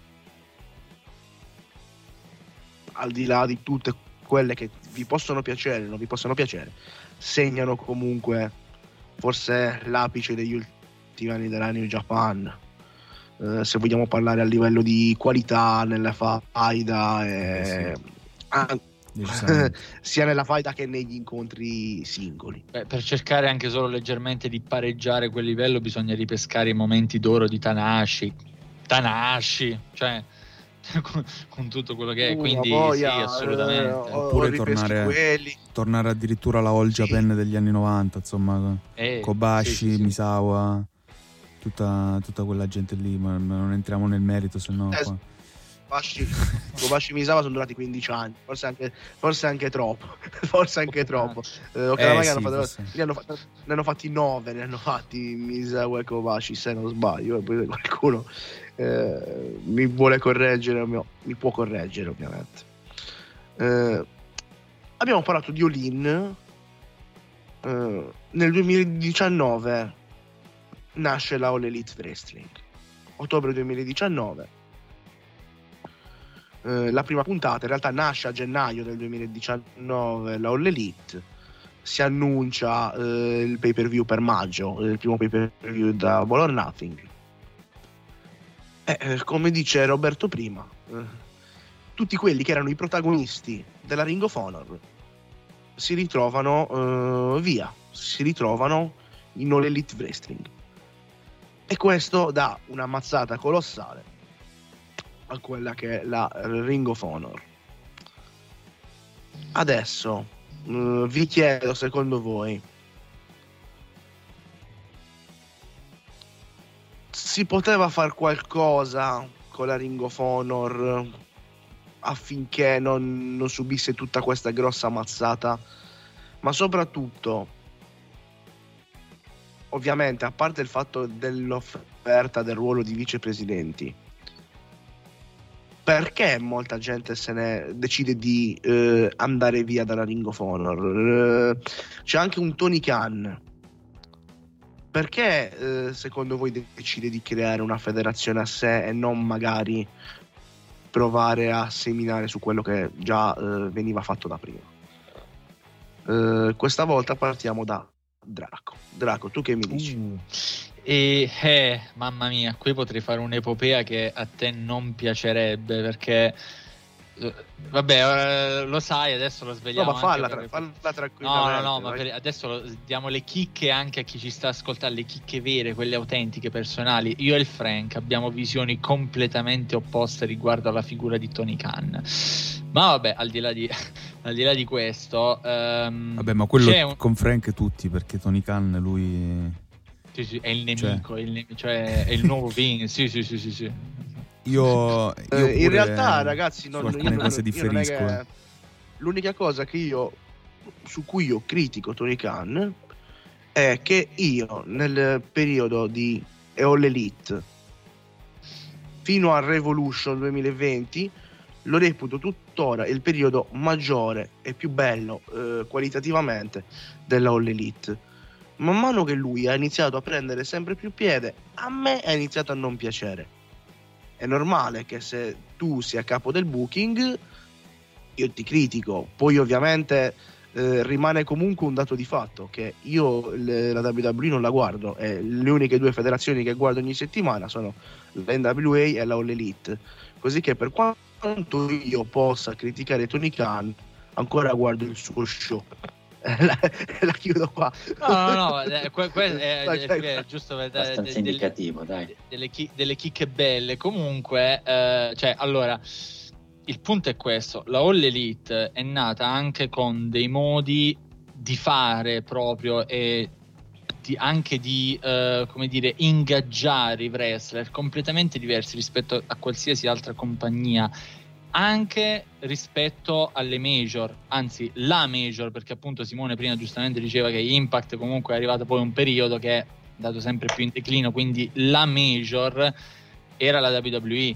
al di là di tutte quelle che vi possono piacere, non vi possono piacere, segnano comunque forse l'apice degli ultimi anni della New Japan, se vogliamo parlare a livello di qualità nella faida, sia nella faida che negli incontri singoli. Per cercare anche solo leggermente di pareggiare quel livello bisogna ripescare i momenti d'oro di Tanahashi, cioè con tutto quello che è, quindi sì, assolutamente. Oppure tornare addirittura alla All Japan degli anni 90, insomma, Kobashi, sì. Misawa, tutta quella gente lì, ma non entriamo nel merito, se no Kobashi e Misawa sono durati 15 anni, forse anche troppo. Ne hanno fatti 9, ne hanno fatti Misawa e Kobashi, se non sbaglio, e poi qualcuno mi vuole correggere, mi può correggere ovviamente. Abbiamo parlato di All In. Nel 2019 nasce la All Elite Wrestling, ottobre 2019. La prima puntata in realtà nasce a gennaio del 2019, la All Elite, si annuncia il pay per view per maggio, il primo pay per view da Double or Nothing. Come dice Roberto prima, tutti quelli che erano i protagonisti della Ring of Honor si ritrovano in All Elite Wrestling, e questo dà una mazzata colossale a quella che è la Ring of Honor. Adesso vi chiedo, secondo voi si poteva far qualcosa con la Ring of Honor affinché non subisse tutta questa grossa mazzata, ma soprattutto ovviamente, a parte il fatto dell'offerta del ruolo di vicepresidenti, perché molta gente se ne decide di andare via dalla Ring of Honor? C'è anche un Tony Khan. Perché secondo voi decide di creare una federazione a sé e non magari provare a seminare su quello che già veniva fatto da prima? Questa volta partiamo da Draco. Draco, tu che mi dici? Mamma mia, qui potrei fare un'epopea che a te non piacerebbe, perché vabbè, lo sai, adesso lo svegliamo. No, ma falla tranquillamente. No, ma adesso diamo le chicche anche a chi ci sta ascoltando, le chicche vere, quelle autentiche, personali. Io e il Frank abbiamo visioni completamente opposte riguardo alla figura di Tony Khan. Ma vabbè, al di là di questo, vabbè, ma quello con Frank tutti, perché Tony Khan lui sì, è il nemico, cioè è il nuovo Vince. Sì. Io in realtà, ragazzi, alcune cose differisco. L'unica cosa su cui io critico Tony Khan è che io nel periodo di All Elite fino a Revolution 2020 lo reputo tuttora il periodo maggiore e più bello qualitativamente della All Elite. Man mano che lui ha iniziato a prendere sempre più piede, a me è iniziato a non piacere. È normale che se tu sia a capo del booking io ti critico, poi ovviamente rimane comunque un dato di fatto che io la WWE non la guardo, e le uniche due federazioni che guardo ogni settimana sono la NWA e la All Elite, così che per quanto io possa criticare Tony Khan ancora guardo il suo show. La chiudo qua. No, è giusto per dare abbastanza indicativo, dai. Delle chicche belle. Comunque, cioè, allora, il punto è questo: la All Elite è nata anche con dei modi di fare proprio e anche di come dire, ingaggiare i wrestler completamente diversi rispetto a qualsiasi altra compagnia, anche rispetto alle major, anzi la major, perché appunto Simone prima giustamente diceva che Impact comunque è arrivato poi un periodo che è andato sempre più in declino, quindi la major era la WWE,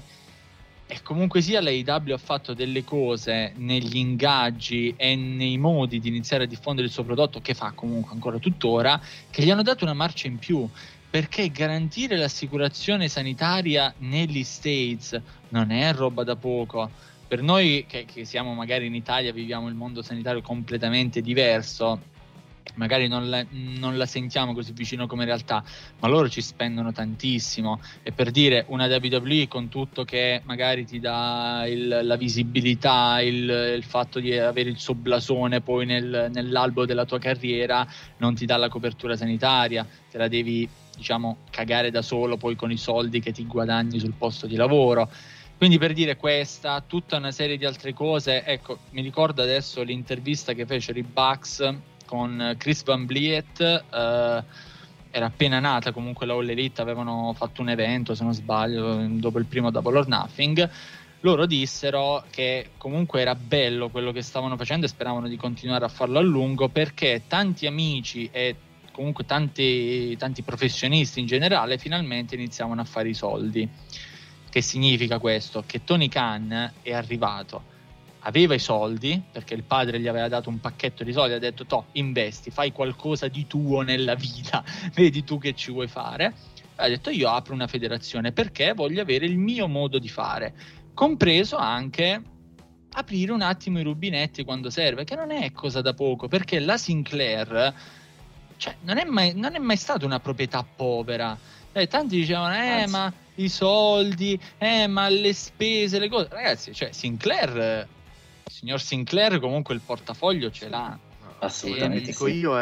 e comunque sia l'AEW ha fatto delle cose negli ingaggi e nei modi di iniziare a diffondere il suo prodotto, che fa comunque ancora tuttora, che gli hanno dato una marcia in più, perché garantire l'assicurazione sanitaria negli States non è roba da poco. Per noi che siamo magari in Italia, viviamo il mondo sanitario completamente diverso, magari non la sentiamo così vicino come realtà, ma loro ci spendono tantissimo. E per dire, una WWE, con tutto che magari ti dà la visibilità, il fatto di avere il suo blasone poi nell'albo della tua carriera, non ti dà la copertura sanitaria, te la devi, diciamo, cagare da solo poi con i soldi che ti guadagni sul posto di lavoro. Quindi, per dire, questa, tutta una serie di altre cose. Ecco, mi ricordo adesso l'intervista che fecero i Bucks con Chris Van Vliet, era appena nata comunque la All Elite, avevano fatto un evento, se non sbaglio, dopo il primo Double or Nothing. Loro dissero che comunque era bello quello che stavano facendo e speravano di continuare a farlo a lungo, perché tanti amici e comunque tanti professionisti in generale finalmente iniziavano a fare i soldi. Che significa questo? Che Tony Khan è arrivato, aveva i soldi perché il padre gli aveva dato un pacchetto di soldi, ha detto: to, investi, fai qualcosa di tuo nella vita, vedi tu che ci vuoi fare. Ha detto: io apro una federazione perché voglio avere il mio modo di fare, compreso anche aprire un attimo i rubinetti quando serve, che non è cosa da poco, perché la Sinclair, cioè, non è mai stata una proprietà povera. Tanti dicevano: ma i soldi, ma le spese, le cose. Ragazzi, cioè, Sinclair, il signor Sinclair comunque il portafoglio ce l'ha. Assolutamente.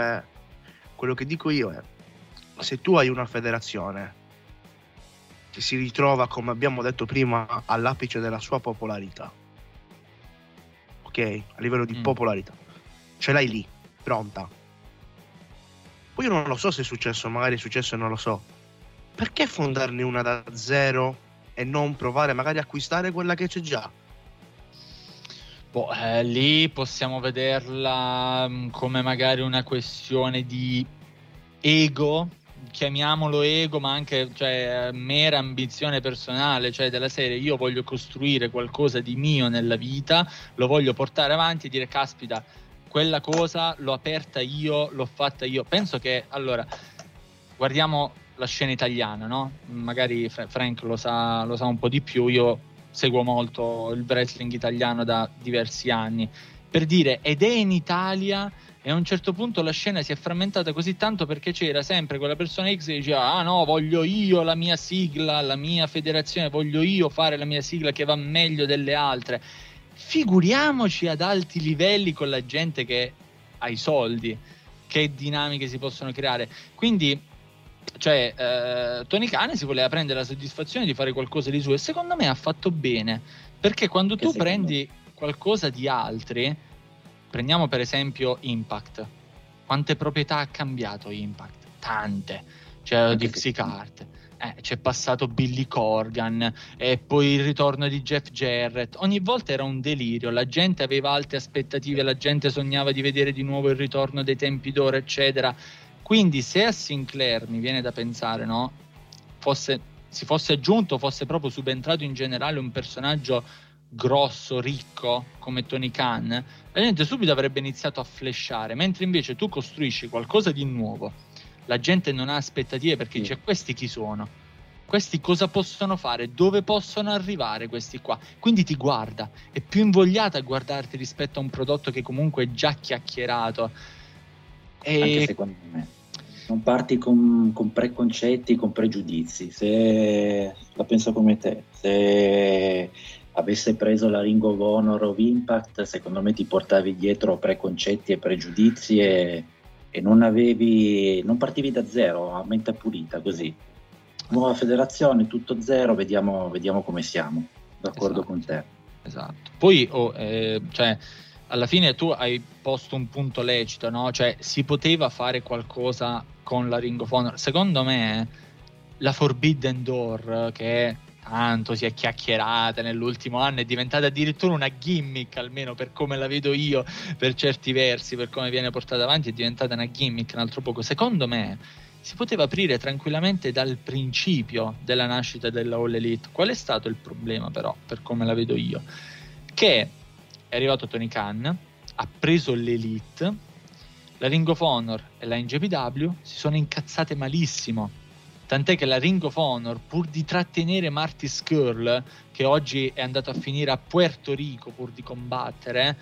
Quello che dico io è: se tu hai una federazione che si ritrova, come abbiamo detto prima, all'apice della sua popolarità, ok? A livello di popolarità, ce l'hai lì, pronta. Poi io non lo so se è successo, magari è successo e non lo so. Perché fondarne una da zero e non provare magari a acquistare quella che c'è già? Lì possiamo vederla come magari una questione di ego chiamiamolo ego, ma anche mera ambizione personale, cioè della serie io voglio costruire qualcosa di mio nella vita, lo voglio portare avanti e dire caspita, quella cosa l'ho aperta io, l'ho fatta io. Penso che, allora, guardiamo la scena italiana, no? Magari Frank lo sa un po' di più, io seguo molto il wrestling italiano da diversi anni, per dire, ed è in Italia, e a un certo punto la scena si è frammentata così tanto perché c'era sempre quella persona X che diceva ah no, voglio io la mia sigla, la mia federazione, voglio io fare la mia sigla che va meglio delle altre. Figuriamoci ad alti livelli con la gente che ha i soldi, che dinamiche si possono creare. Quindi Tony Khan si voleva prendere la soddisfazione di fare qualcosa di suo, e secondo me ha fatto bene, perché quando tu prendi qualcosa di altri, prendiamo per esempio Impact, quante proprietà ha cambiato Impact? Tante. C'è Dixie Carter, c'è passato Billy Corgan, e poi il ritorno di Jeff Jarrett. Ogni volta era un delirio, la gente aveva alte aspettative, la gente sognava di vedere di nuovo il ritorno dei tempi d'oro, eccetera. Quindi se a Sinclair, mi viene da pensare, no, si fosse aggiunto, fosse proprio subentrato in generale un personaggio grosso, ricco come Tony Khan, la gente subito avrebbe iniziato a flashare, mentre invece tu costruisci qualcosa di nuovo, la gente non ha aspettative perché dice questi chi sono? Questi cosa possono fare? Dove possono arrivare questi qua? Quindi ti guarda, è più invogliata a guardarti rispetto a un prodotto che comunque è già chiacchierato. Anche secondo me non parti con preconcetti, con pregiudizi. Se la penso come te, se avesse preso la Ring of Honor of Impact, secondo me ti portavi dietro preconcetti e pregiudizi e non partivi da zero, a mente pulita, così. Nuova federazione, tutto zero, vediamo come siamo. D'accordo con te. Esatto. Poi alla fine tu hai posto un punto lecito, no? Cioè si poteva fare qualcosa con la Ring of Honor. Secondo me la Forbidden Door, che tanto si è chiacchierata nell'ultimo anno, è diventata addirittura una gimmick, almeno per come la vedo io, per certi versi, per come viene portata avanti è diventata una gimmick un altro poco. Secondo me si poteva aprire tranquillamente dal principio della nascita della All Elite. Qual è stato il problema però, per come la vedo io? Che è arrivato Tony Khan, ha preso l'Elite, la Ring of Honor e la NJPW si sono incazzate malissimo, tant'è che la Ring of Honor, pur di trattenere Marty Scurll, che oggi è andato a finire a Puerto Rico pur di combattere,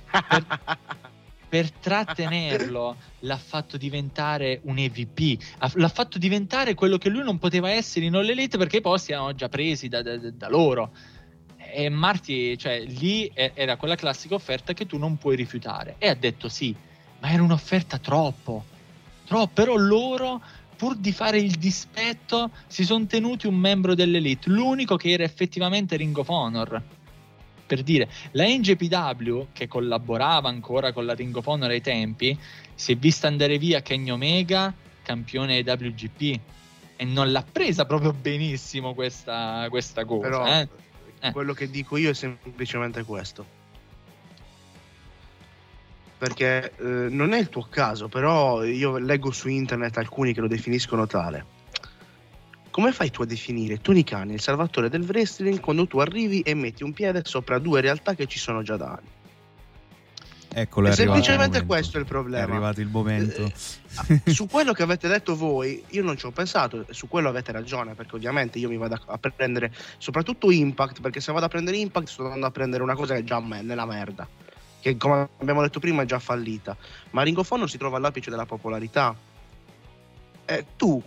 per trattenerlo l'ha fatto diventare un EVP, l'ha fatto diventare quello che lui non poteva essere in All Elite, perché i posti erano già presi da loro. E Marty, lì era quella classica offerta che tu non puoi rifiutare, e ha detto sì, ma era un'offerta troppo, però loro, pur di fare il dispetto, si sono tenuti un membro dell'Elite, l'unico che era effettivamente Ring of Honor. Per dire, la NJPW, che collaborava ancora con la Ring of Honor ai tempi, si è vista andare via Kenny Omega, campione WGP, e non l'ha presa proprio benissimo questa cosa. Però quello che dico io è semplicemente questo, perché non è il tuo caso, però io leggo su internet alcuni che lo definiscono tale. Come fai tu a definire Tony Khan il salvatore del wrestling quando tu arrivi e metti un piede sopra due realtà che ci sono già da anni? Eccolo, è semplicemente questo è il problema. È arrivato il momento. Su quello che avete detto voi, io non ci ho pensato, su quello avete ragione, perché ovviamente io mi vado a prendere soprattutto Impact, perché se vado a prendere Impact sto andando a prendere una cosa che è già nella merda, che come abbiamo detto prima è già fallita. Ma Ring of Honor si trova all'apice della popolarità. Tu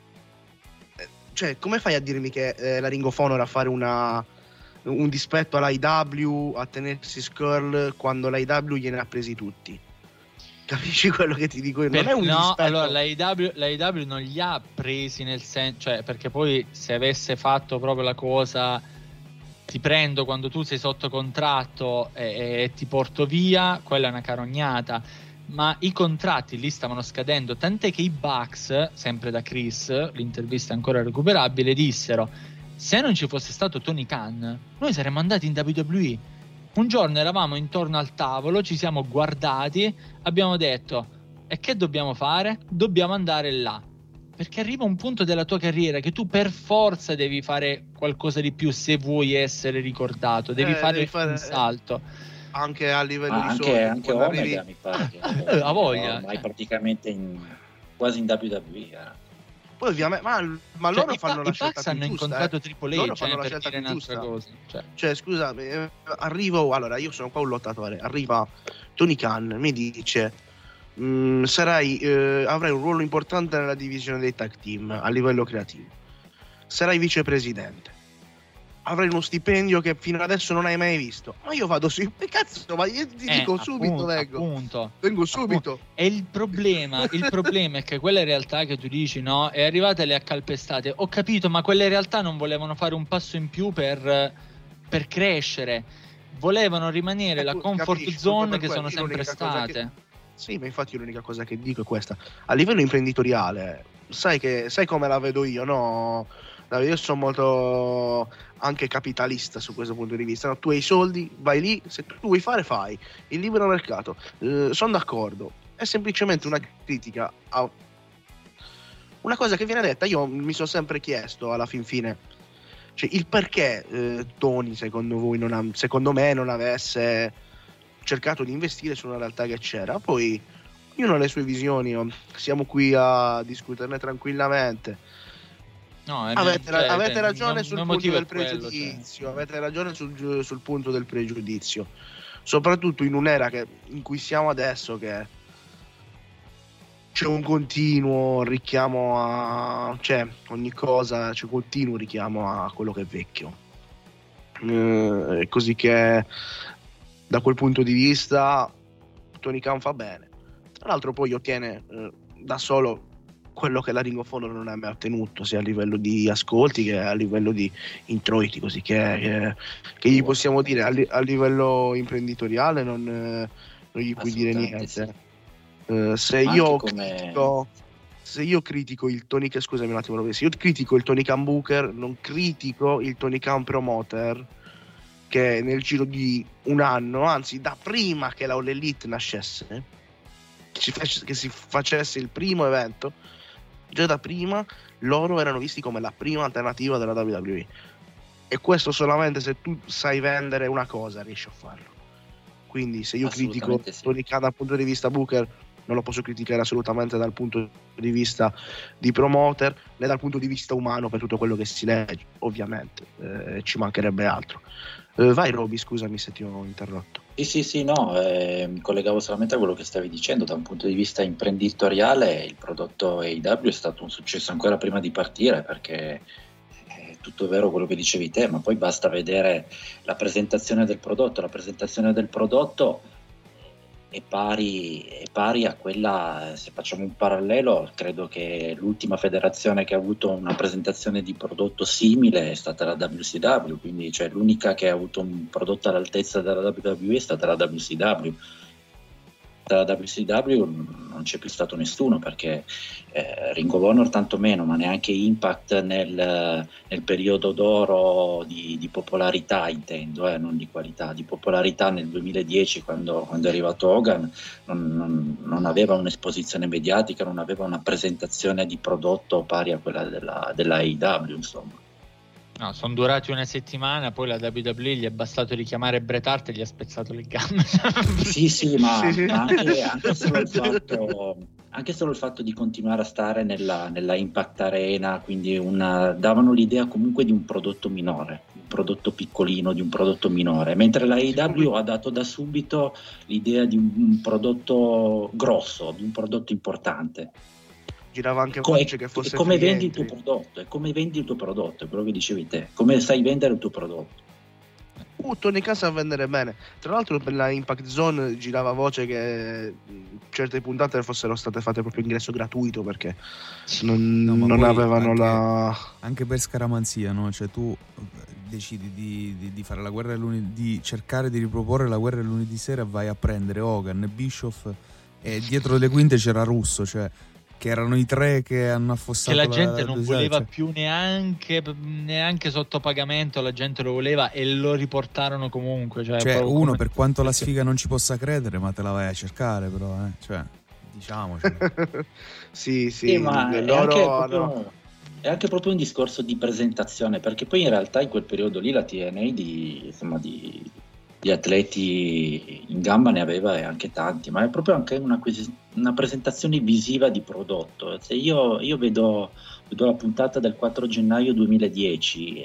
come fai a dirmi che la Ring of Honor a fare un dispetto all'AEW, a tenersi Scurll, quando l'AEW gliene ha presi tutti? Capisci quello che ti dico? Non è un dispetto. Allora l'AEW non li ha presi nel senso, perché poi se avesse fatto proprio la cosa ti prendo quando tu sei sotto contratto e ti porto via, quella è una carognata. Ma i contratti lì stavano scadendo, tant'è che i Bucks, sempre da Chris, l'intervista è ancora recuperabile, dissero: se non ci fosse stato Tony Khan, noi saremmo andati in WWE. Un giorno eravamo intorno al tavolo, ci siamo guardati, abbiamo detto: e che dobbiamo fare? Dobbiamo andare là. perché arriva un punto della tua carriera che tu per forza devi fare qualcosa di più se vuoi essere ricordato, devi fare un salto. Anche a livello di soldi. Anche Omega mi pare che ha voglia. Ormai praticamente quasi in WWE. Poi ovviamente, ma loro fanno la scelta più giusta. Hanno incontrato Triple H, loro fanno la scelta più giusta. Cioè, scusami, allora io sono qua un lottatore, arriva Tony Khan, mi dice avrai un ruolo importante nella divisione dei tag team a livello creativo, sarai vicepresidente, avrai uno stipendio che fino adesso non hai mai visto, ma io vado su, cazzo, ma io ti dico subito, vengo subito. E il problema è che quelle realtà che tu dici, no, è arrivate le accalpestate, ho capito, ma quelle realtà non volevano fare un passo in più per crescere, volevano rimanere la comfort zone che sono sempre state. Sì, ma infatti l'unica cosa che dico è questa. A livello imprenditoriale, sai come la vedo io, no? Io sono molto anche capitalista su questo punto di vista, no? Tu hai i soldi, vai lì, se tu vuoi fai il libero mercato, sono d'accordo, è semplicemente una critica a una cosa che viene detta. Io mi sono sempre chiesto alla fin fine, cioè, il perché Tony secondo me non avesse cercato di investire su una realtà che c'era. Poi ognuno ha le sue visioni, siamo qui a discuterne tranquillamente. No, avete ragione sul punto del pregiudizio, avete ragione sul punto del pregiudizio, soprattutto in un'era in cui siamo adesso, che c'è un continuo richiamo ogni cosa, c'è un continuo richiamo a quello che è vecchio, così che da quel punto di vista Tony Khan fa bene. Tra l'altro poi ottiene da solo quello che la Ring of Honor non ha mai ottenuto, sia a livello di ascolti che a livello di introiti, così che gli possiamo dire a livello imprenditoriale non gli puoi dire niente. Sì. Se io critico il Tony Khan, scusami un attimo, se io critico il Tony Khan Booker, non critico il Tony Khan Promoter, che nel giro di un anno, anzi da prima che la All Elite nascesse, che si facesse il primo evento, già da prima loro erano visti come la prima alternativa della WWE, e questo solamente se tu sai vendere una cosa riesci a farlo. Quindi se io critico Tony Khan dal punto di vista Booker, non lo posso criticare assolutamente dal punto di vista di promoter, né dal punto di vista umano, per tutto quello che si legge, ovviamente, ci mancherebbe altro. Vai Roby, scusami se ti ho interrotto. Sì, no, mi collegavo solamente a quello che stavi dicendo. Da un punto di vista imprenditoriale il prodotto AEW è stato un successo ancora prima di partire, perché è tutto vero quello che dicevi te, ma poi basta vedere la presentazione del prodotto. La presentazione del prodotto è pari a quella, se facciamo un parallelo, credo che l'ultima federazione che ha avuto una presentazione di prodotto simile è stata la WCW, quindi cioè l'unica che ha avuto un prodotto all'altezza della WWE è stata la WCW. Dalla WCW non c'è più stato nessuno, perché Ring of Honor tantomeno, ma neanche Impact nel periodo d'oro di popolarità, intendo, non di qualità, di popolarità nel 2010, quando è arrivato Hogan, non aveva un'esposizione mediatica, non aveva una presentazione di prodotto pari a quella della AEW, insomma. No, sono durati una settimana, poi la WWE gli è bastato richiamare Bret Hart e gli ha spezzato le gambe. Sì, ma anche solo il fatto di continuare a stare nella Impact Arena, quindi davano l'idea comunque di un prodotto minore, un prodotto piccolino, di un prodotto minore, mentre la AEW ha dato da subito l'idea di un prodotto grosso, di un prodotto importante. Girava anche voce che fosse come vendi il tuo prodotto, è come vendi il tuo prodotto, è quello che dicevi te, come sai vendere il tuo prodotto. Tony Khan sa vendere bene. Tra l'altro per la Impact Zone girava voce che certe puntate fossero state fatte proprio ingresso gratuito, perché non avevano anche per scaramanzia, no? Cioè tu decidi di fare la guerra di cercare di riproporre la guerra lunedì sera, vai a prendere Hogan e Bischoff, e dietro le quinte c'era Russo, cioè che erano i tre che hanno affossato, che la gente non voleva più neanche sotto pagamento, la gente lo voleva e lo riportarono comunque, cioè uno, per quanto la sfiga non ci possa credere, ma te la vai a cercare, però cioè Diciamoci. sì, ma loro è anche proprio un discorso di presentazione, perché poi in realtà in quel periodo lì la TNA di atleti in gamba ne aveva e anche tanti, ma è proprio anche una presentazione visiva di prodotto. Se io vedo la puntata del 4 gennaio 2010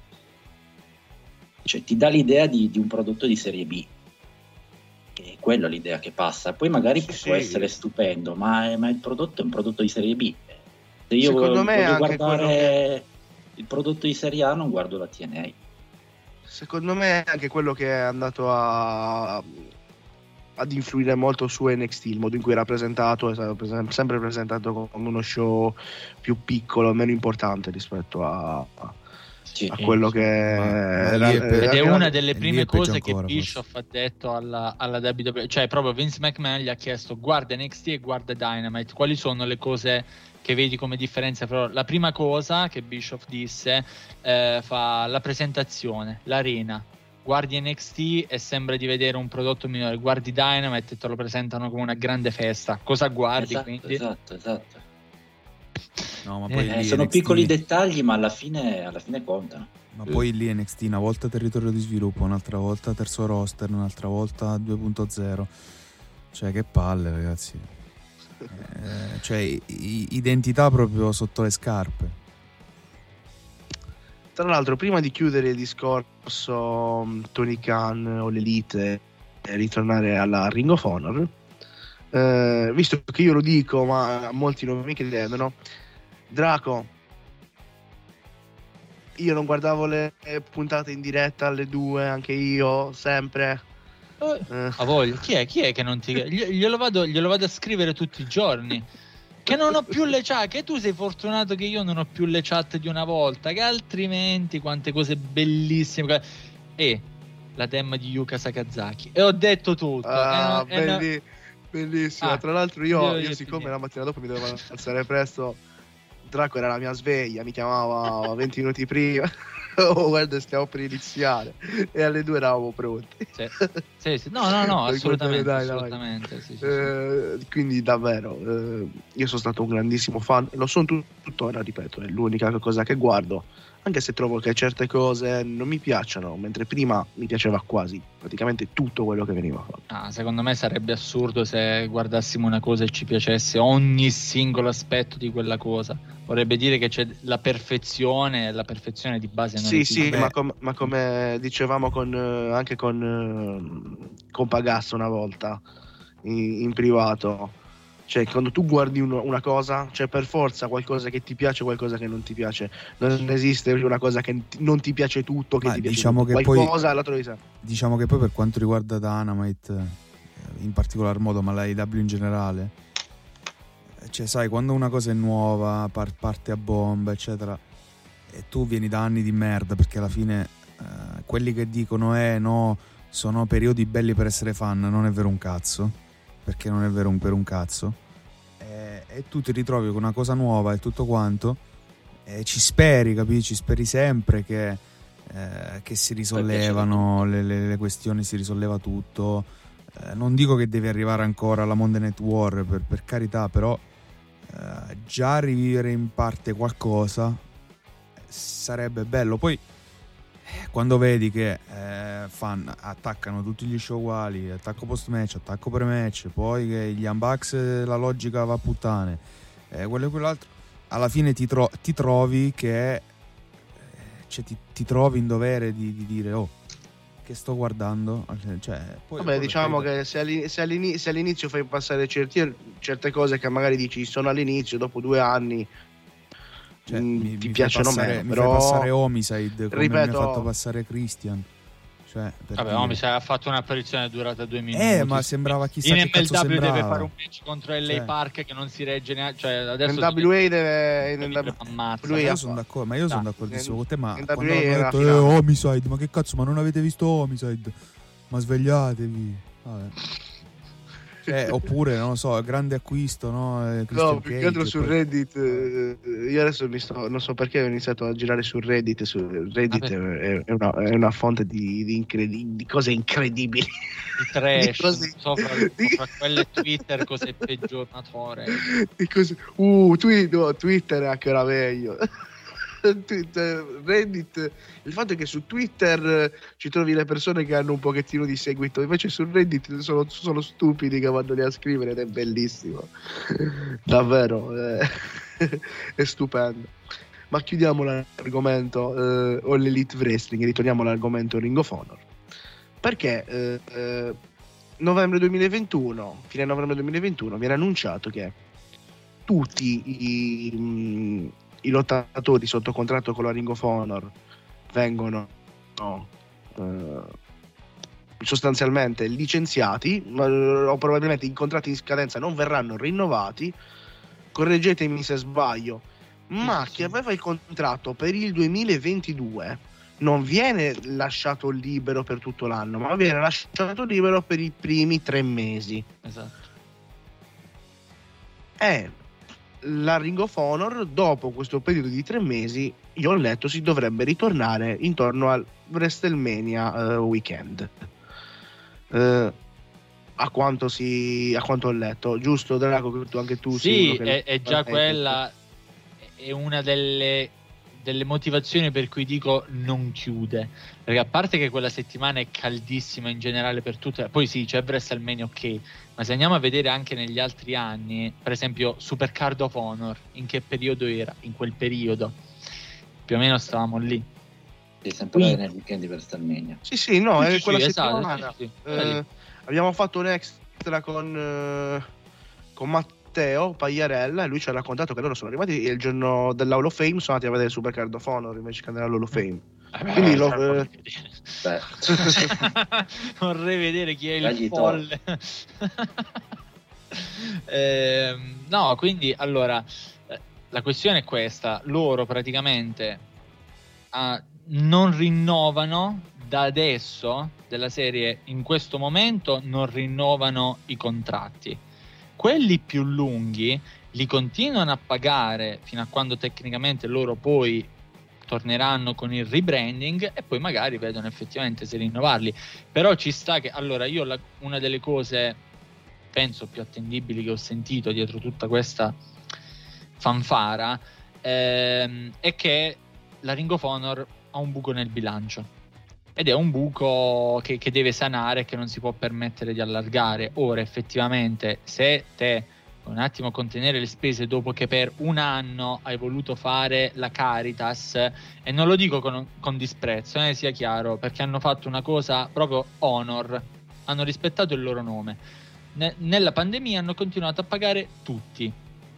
cioè, ti dà l'idea di un prodotto di serie B, e quella è l'idea che passa. Poi magari può essere stupendo, ma il prodotto è un prodotto di serie B. Se io secondo me voglio anche guardare il prodotto di serie A, non guardo la TNA. Secondo me è anche quello che è andato ad influire molto su NXT, il modo in cui era presentato, è stato sempre presentato come uno show più piccolo, meno importante rispetto a quello che era. Ed è una delle prime cose che Bischoff ha detto alla WWE, cioè proprio Vince McMahon gli ha chiesto: guarda NXT e guarda Dynamite, quali sono le cose che vedi come differenza? Però la prima cosa che Bischoff disse fa la presentazione, l'arena. Guardi NXT e sembra di vedere un prodotto minore, guardi Dynamite e te lo presentano come una grande festa. Cosa guardi? Esatto. No, ma poi sono NXT... piccoli dettagli, ma alla fine contano. Ma poi lì NXT una volta territorio di sviluppo, un'altra volta terzo roster, un'altra volta 2.0. Cioè, che palle, ragazzi. Cioè, identità proprio sotto le scarpe. Tra l'altro, prima di chiudere il discorso Tony Khan o l'Elite e ritornare alla Ring of Honor, visto che io lo dico, ma molti non mi credono, Draco, io non guardavo le puntate in diretta alle 2, anche io, sempre. A voglia. Chi è che non ti... glielo vado a scrivere tutti i giorni. Che non ho più le chat, che tu sei fortunato che io non ho più le chat di una volta, che altrimenti quante cose bellissime. E la tema di Yuka Sakazaki. E ho detto tutto. Bellissima. Tra l'altro io siccome la mattina dopo mi dovevo alzare presto, Draco era la mia sveglia, mi chiamava 20 minuti prima. Oh, guarda, stiamo per iniziare. E alle 2 eravamo pronti. Sì. No, assolutamente. Sì. Quindi davvero, io sono stato un grandissimo fan. Lo sono tuttora, ripeto, è l'unica cosa che guardo. Anche se trovo che certe cose non mi piacciono, mentre prima mi piaceva quasi praticamente tutto quello che veniva fatto. Secondo me sarebbe assurdo se guardassimo una cosa e ci piacesse ogni singolo aspetto di quella cosa. Vorrebbe dire che c'è la perfezione di base. Non sì, ma come dicevamo anche con Pagazzo una volta in privato. Cioè, quando tu guardi una cosa, c'è per forza qualcosa che ti piace, qualcosa che non ti piace. Non esiste una cosa che non ti piace tutto, che ti piace diciamo tutto. Che qualcosa poi, la trovi sempre. Diciamo che poi per quanto riguarda Dynamite in particolar modo, ma la AEW in generale, cioè sai, quando una cosa è nuova, parte a bomba, eccetera, e tu vieni da anni di merda, perché alla fine quelli che dicono no, sono periodi belli per essere fan, non è vero un cazzo. Perché non è vero per un cazzo, e tu ti ritrovi con una cosa nuova e tutto quanto, e ci speri, capisci? Ci speri sempre che si risollevano le questioni, si risolleva tutto. Non dico che devi arrivare ancora alla Monday Night War, per carità, però già rivivere in parte qualcosa sarebbe bello. Poi quando vedi che fan attaccano tutti gli show uguali, attacco post match, attacco pre match, poi che gli Unbox la logica va a puttane, quello e quell'altro, alla fine ti trovi che cioè, ti trovi in dovere di dire che sto guardando, cioè, poi diciamo che se all'inizio fai passare certe cose che magari dici sono all'inizio, dopo 2 anni ti piacciono meno, mi però fai passare Homicide come ripeto, mi ha fatto passare Christian, cioè, Homicide ha fatto un'apparizione durata 2 minuti, ma sembrava chissà che cazzo MLW sembrava. deve fare un match contro LA Park che non si regge neanche, cioè adesso NWA deve io sono d'accordo, ma io sono d'accordissimo con te, ma quando hanno detto Homicide, ma che cazzo, ma non avete visto Homicide, ma svegliatevi. Vabbè. Oppure, non lo so, grande acquisto, no? No, più che altro su Reddit. Io adesso non so perché ho iniziato a girare su Reddit. Reddit è una fonte di cose incredibili. Di trash, sopra quelle Twitter, cose peggiornatore. Twitter è anche la meglio. Reddit, il fatto è che su Twitter ci trovi le persone che hanno un pochettino di seguito, invece su Reddit sono stupidi che vanno lì a scrivere ed è bellissimo. Davvero, è stupendo. Ma chiudiamo l'argomento o l'Elite Wrestling e ritorniamo all'argomento Ring of Honor, perché novembre 2021, fine novembre 2021 viene annunciato che tutti i lottatori sotto contratto con la Ring of Honor vengono sostanzialmente licenziati, o probabilmente i contratti in scadenza non verranno rinnovati. Correggetemi se sbaglio, ma chi aveva il contratto per il 2022 non viene lasciato libero per tutto l'anno, ma viene lasciato libero per i primi 3 mesi. Esatto. La Ring of Honor, dopo questo periodo di 3 mesi, io ho letto, si dovrebbe ritornare intorno al WrestleMania weekend. A quanto ho letto, giusto Draco? Anche tu? Sì, è già quella. È una delle motivazioni per cui dico non chiude, perché a parte che quella settimana è caldissima in generale per tutte, poi sì, c'è WrestleMania, ok, ma se andiamo a vedere anche negli altri anni, per esempio Supercard of Honor, in che periodo era? In quel periodo più o meno stavamo lì. Sì, sempre nel weekend di WrestleMania. Sì, no, è quella esatto, settimana. sì. Abbiamo fatto un extra con Matteo Pagliarella e lui ci ha raccontato che loro sono arrivati il giorno dell'Hall of Fame, sono andati a vedere Supercard of Honor invece che andare all'Hall of Fame. Quindi vorrei vedere chi è il folle. No, quindi allora la questione è questa: loro praticamente non rinnovano da adesso della serie, in questo momento non rinnovano i contratti. Quelli più lunghi li continuano a pagare fino a quando tecnicamente loro poi torneranno con il rebranding e poi magari vedono effettivamente se rinnovarli. Però ci sta che, allora, io una delle cose penso più attendibili che ho sentito dietro tutta questa fanfara è che la Ring of Honor ha un buco nel bilancio, ed è un buco che deve sanare e che non si può permettere di allargare. Ora effettivamente, se te un attimo contenere le spese dopo che per un anno hai voluto fare la Caritas, e non lo dico con disprezzo, sia chiaro, perché hanno fatto una cosa proprio honor, hanno rispettato il loro nome. Nella pandemia hanno continuato a pagare tutti,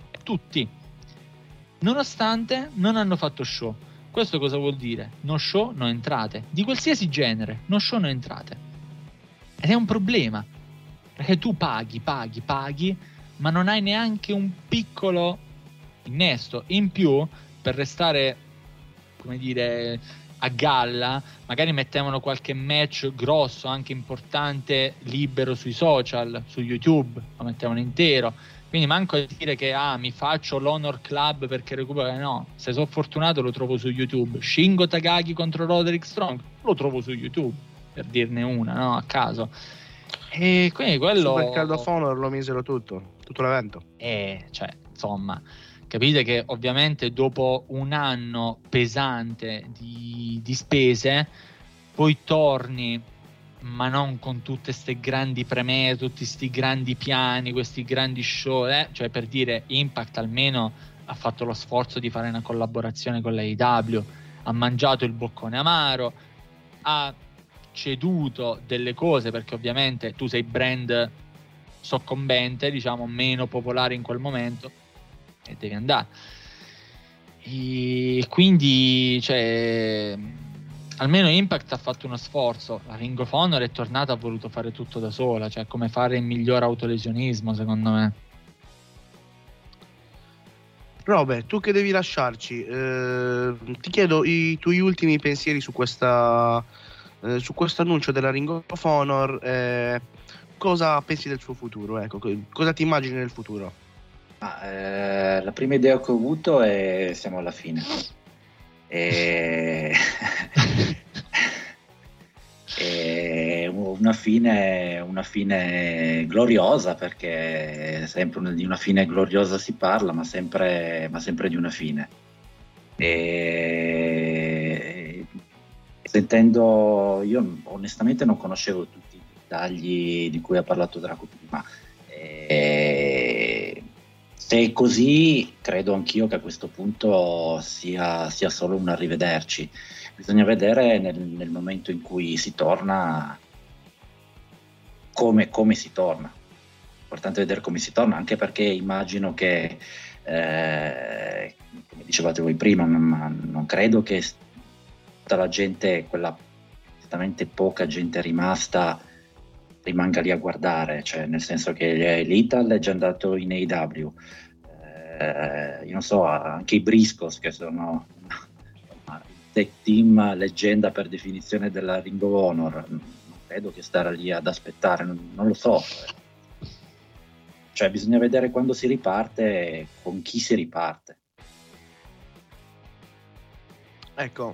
nonostante non hanno fatto show. Questo cosa vuol dire? No show, no entrate, di qualsiasi genere, no show, no entrate. Ed è un problema, perché tu paghi, ma non hai neanche un piccolo innesto in più per restare, come dire, a galla. Magari mettevano qualche match grosso, anche importante, libero sui social, su YouTube, lo mettevano intero. Quindi manco a dire che mi faccio l'Honor Club perché recupero, no, se sono fortunato lo trovo su YouTube. Shingo Takagi contro Roderick Strong lo trovo su YouTube, per dirne una, no, a caso. E quindi quello Supercard of Honor lo misero tutto l'evento. Cioè, insomma, capite che ovviamente dopo un anno pesante di spese poi torni, ma non con tutte ste grandi premesse, tutti sti grandi piani, questi grandi show, cioè, per dire, Impact almeno ha fatto lo sforzo di fare una collaborazione con la AEW, ha mangiato il boccone amaro, ha ceduto delle cose perché ovviamente tu sei brand soccombente, diciamo meno popolare in quel momento, e devi andare. E quindi, cioè, almeno Impact ha fatto uno sforzo. La Ring of Honor è tornata, ha voluto fare tutto da sola, cioè come fare il miglior autolesionismo, secondo me. Robe, tu che devi lasciarci, ti chiedo i tuoi ultimi pensieri su questo annuncio della Ring of Honor, cosa pensi del suo futuro? Ecco, cosa ti immagini nel futuro? La prima idea che ho avuto è siamo alla fine. E... e una fine gloriosa, perché sempre di una fine gloriosa si parla, ma sempre di una fine. E sentendo, io onestamente non conoscevo tutti i dettagli di cui ha parlato Draco prima. Se è così, credo anch'io che a questo punto sia solo un arrivederci. Bisogna vedere nel momento in cui si torna come si torna. Importante vedere come si torna, anche perché immagino che, come dicevate voi prima, non credo che tutta la gente, quella estremamente poca gente rimasta, rimanga lì a guardare, cioè nel senso che l'Ital è già andato in AEW, io non so, anche i Briscoes, che sono il tech team leggenda per definizione della Ring of Honor, non credo che stare lì ad aspettare, non lo so, cioè bisogna vedere quando si riparte e con chi si riparte. Ecco,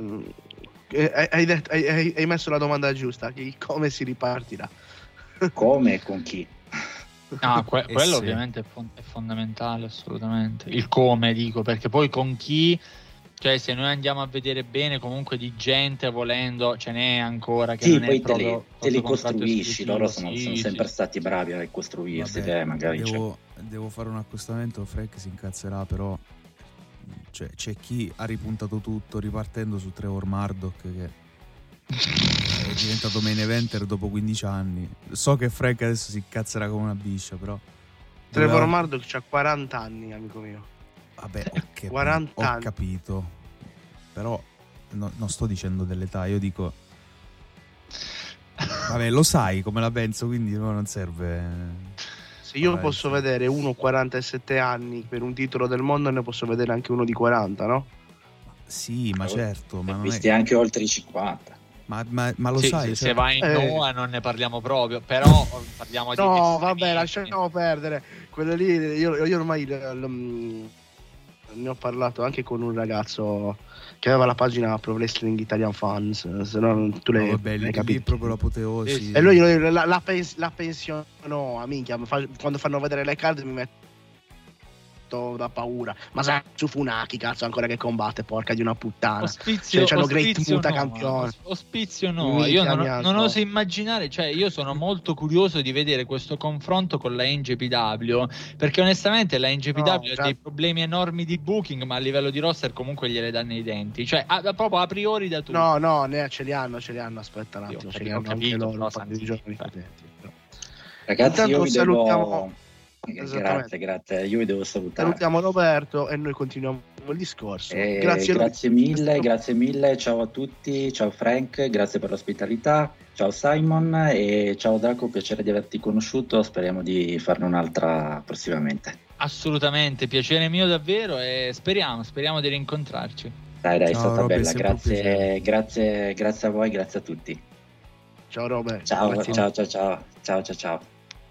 hai messo la domanda giusta, come si ripartirà. Come e con chi? Quello sì. ovviamente è fondamentale, assolutamente. Il come, dico, perché poi con chi, cioè se noi andiamo a vedere bene, comunque di gente volendo ce n'è ancora che sì, non poi è proprio te li contratto costruisci, esclusivo. loro sono Sì, sempre sì. stati bravi a costruirsi. Vabbè, Magari devo fare un accostamento, Frank si incazzerà, però c'è chi ha ripuntato tutto ripartendo su Trevor Murdoch, che è diventato main eventer dopo 15 anni. So che Frank adesso si incazzerà come una biscia, però Trevor Murdoch ha 40 anni, amico mio. Vabbè, 40 ho anni. capito, però non sto dicendo dell'età, io dico vabbè, lo sai come la penso, quindi non serve. Se io posso vedere uno 47 anni per un titolo del mondo, ne posso vedere anche uno di 40, no? Sì, ma certo, ma non visti è... anche oltre i 50. Ma lo Sì, sai, se vai in Noah non ne parliamo proprio, però parliamo di no, vabbè, lasciamo perdere quello lì. Io ormai ne ho parlato anche con un ragazzo che aveva la pagina Pro Wrestling Italian Fans, se no tu l'hai, vabbè, l'hai lì capito. proprio l'apoteosi. E lui la pensionò, minchia, quando fanno vedere le card mi metto da paura, ma sai, su Funaki, cazzo, ancora che combatte, porca di una puttana. C'hanno Great Muta campione. Ospizio no, io non oso immaginare, cioè io sono molto curioso di vedere questo confronto con la NJPW, perché onestamente la NJPW ha dei problemi enormi di booking, ma a livello di roster comunque gliele danno i denti, cioè proprio a priori da tutti. No, ce li hanno, aspetta un attimo, ce li hanno anche loro, un paio di giorni potenti. Ragazzi, intanto io vi salutiamo. Grazie, io vi devo salutare. Salutiamo Roberto e noi continuiamo il discorso. Grazie mille, ciao a tutti, ciao Frank, grazie per l'ospitalità, ciao Simon e ciao Draco, piacere di averti conosciuto, speriamo di farne un'altra prossimamente. Assolutamente, piacere mio davvero e speriamo di rincontrarci. Dai, è stata Robby, bella, grazie a voi, grazie a tutti. Ciao Robert. Ciao.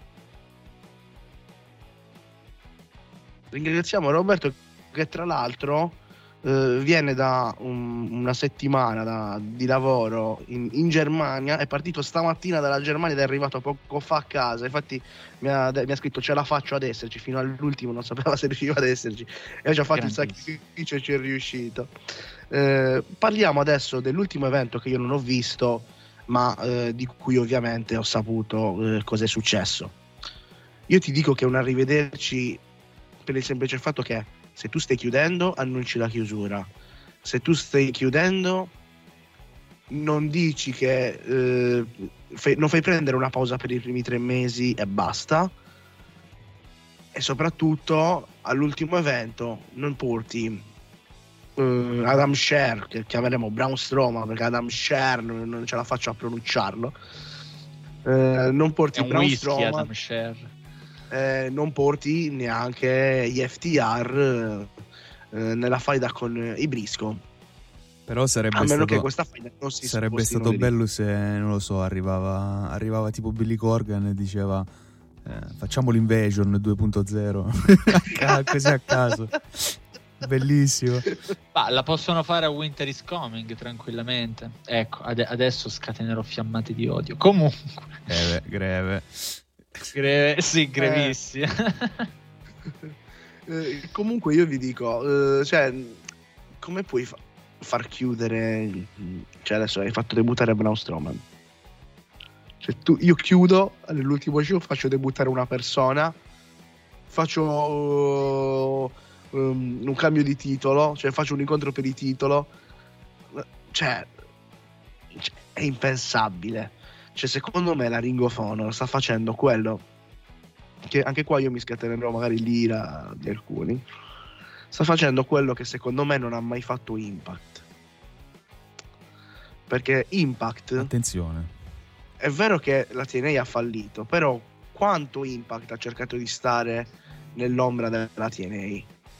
Ringraziamo Roberto, che tra l'altro viene da una settimana di lavoro in Germania, è partito stamattina dalla Germania ed è arrivato poco fa a casa, infatti mi ha scritto ce la faccio ad esserci, fino all'ultimo non sapeva se riusciva ad esserci e ha già fatto il sacrificio e ci è riuscito. Parliamo adesso dell'ultimo evento che io non ho visto, ma di cui ovviamente ho saputo cosa è successo. Io ti dico che è un arrivederci per il semplice fatto che se tu stai chiudendo annunci la chiusura, se tu stai chiudendo non dici che non fai prendere una pausa per i primi 3 mesi e basta, e soprattutto all'ultimo evento non porti Adam Scherr, che chiameremo Braun Strowman perché Adam Scherr non ce la faccio a pronunciarlo, non porti Braun Strowman, Adam Scherr. Non porti neanche gli FTR nella faida con i Briscoe. Però sarebbe a meno stato, che questa final non si sarebbe spostino stato di lì. bello se, non lo so, arrivava tipo Billy Corgan e diceva facciamo l'Invasion 2.0 così a caso. Bellissimo. Ma la possono fare a Winter is Coming tranquillamente. Ecco, adesso scatenerò fiammate di odio. Comunque, Greve. sì, grevissima. Comunque io vi dico, cioè, come puoi far chiudere, cioè adesso hai fatto debuttare Braun Strowman, cioè io chiudo all'ultimo show, faccio debuttare una persona, faccio un cambio di titolo, cioè faccio un incontro per il titolo, cioè è impensabile. Cioè secondo me la Ring of Honor sta facendo quello che anche qua io mi scatenerò magari l'ira di alcuni, sta facendo quello che secondo me non ha mai fatto Impact, perché Impact, Attenzione, è vero che la TNA ha fallito, però quanto Impact ha cercato di stare nell'ombra della TNA?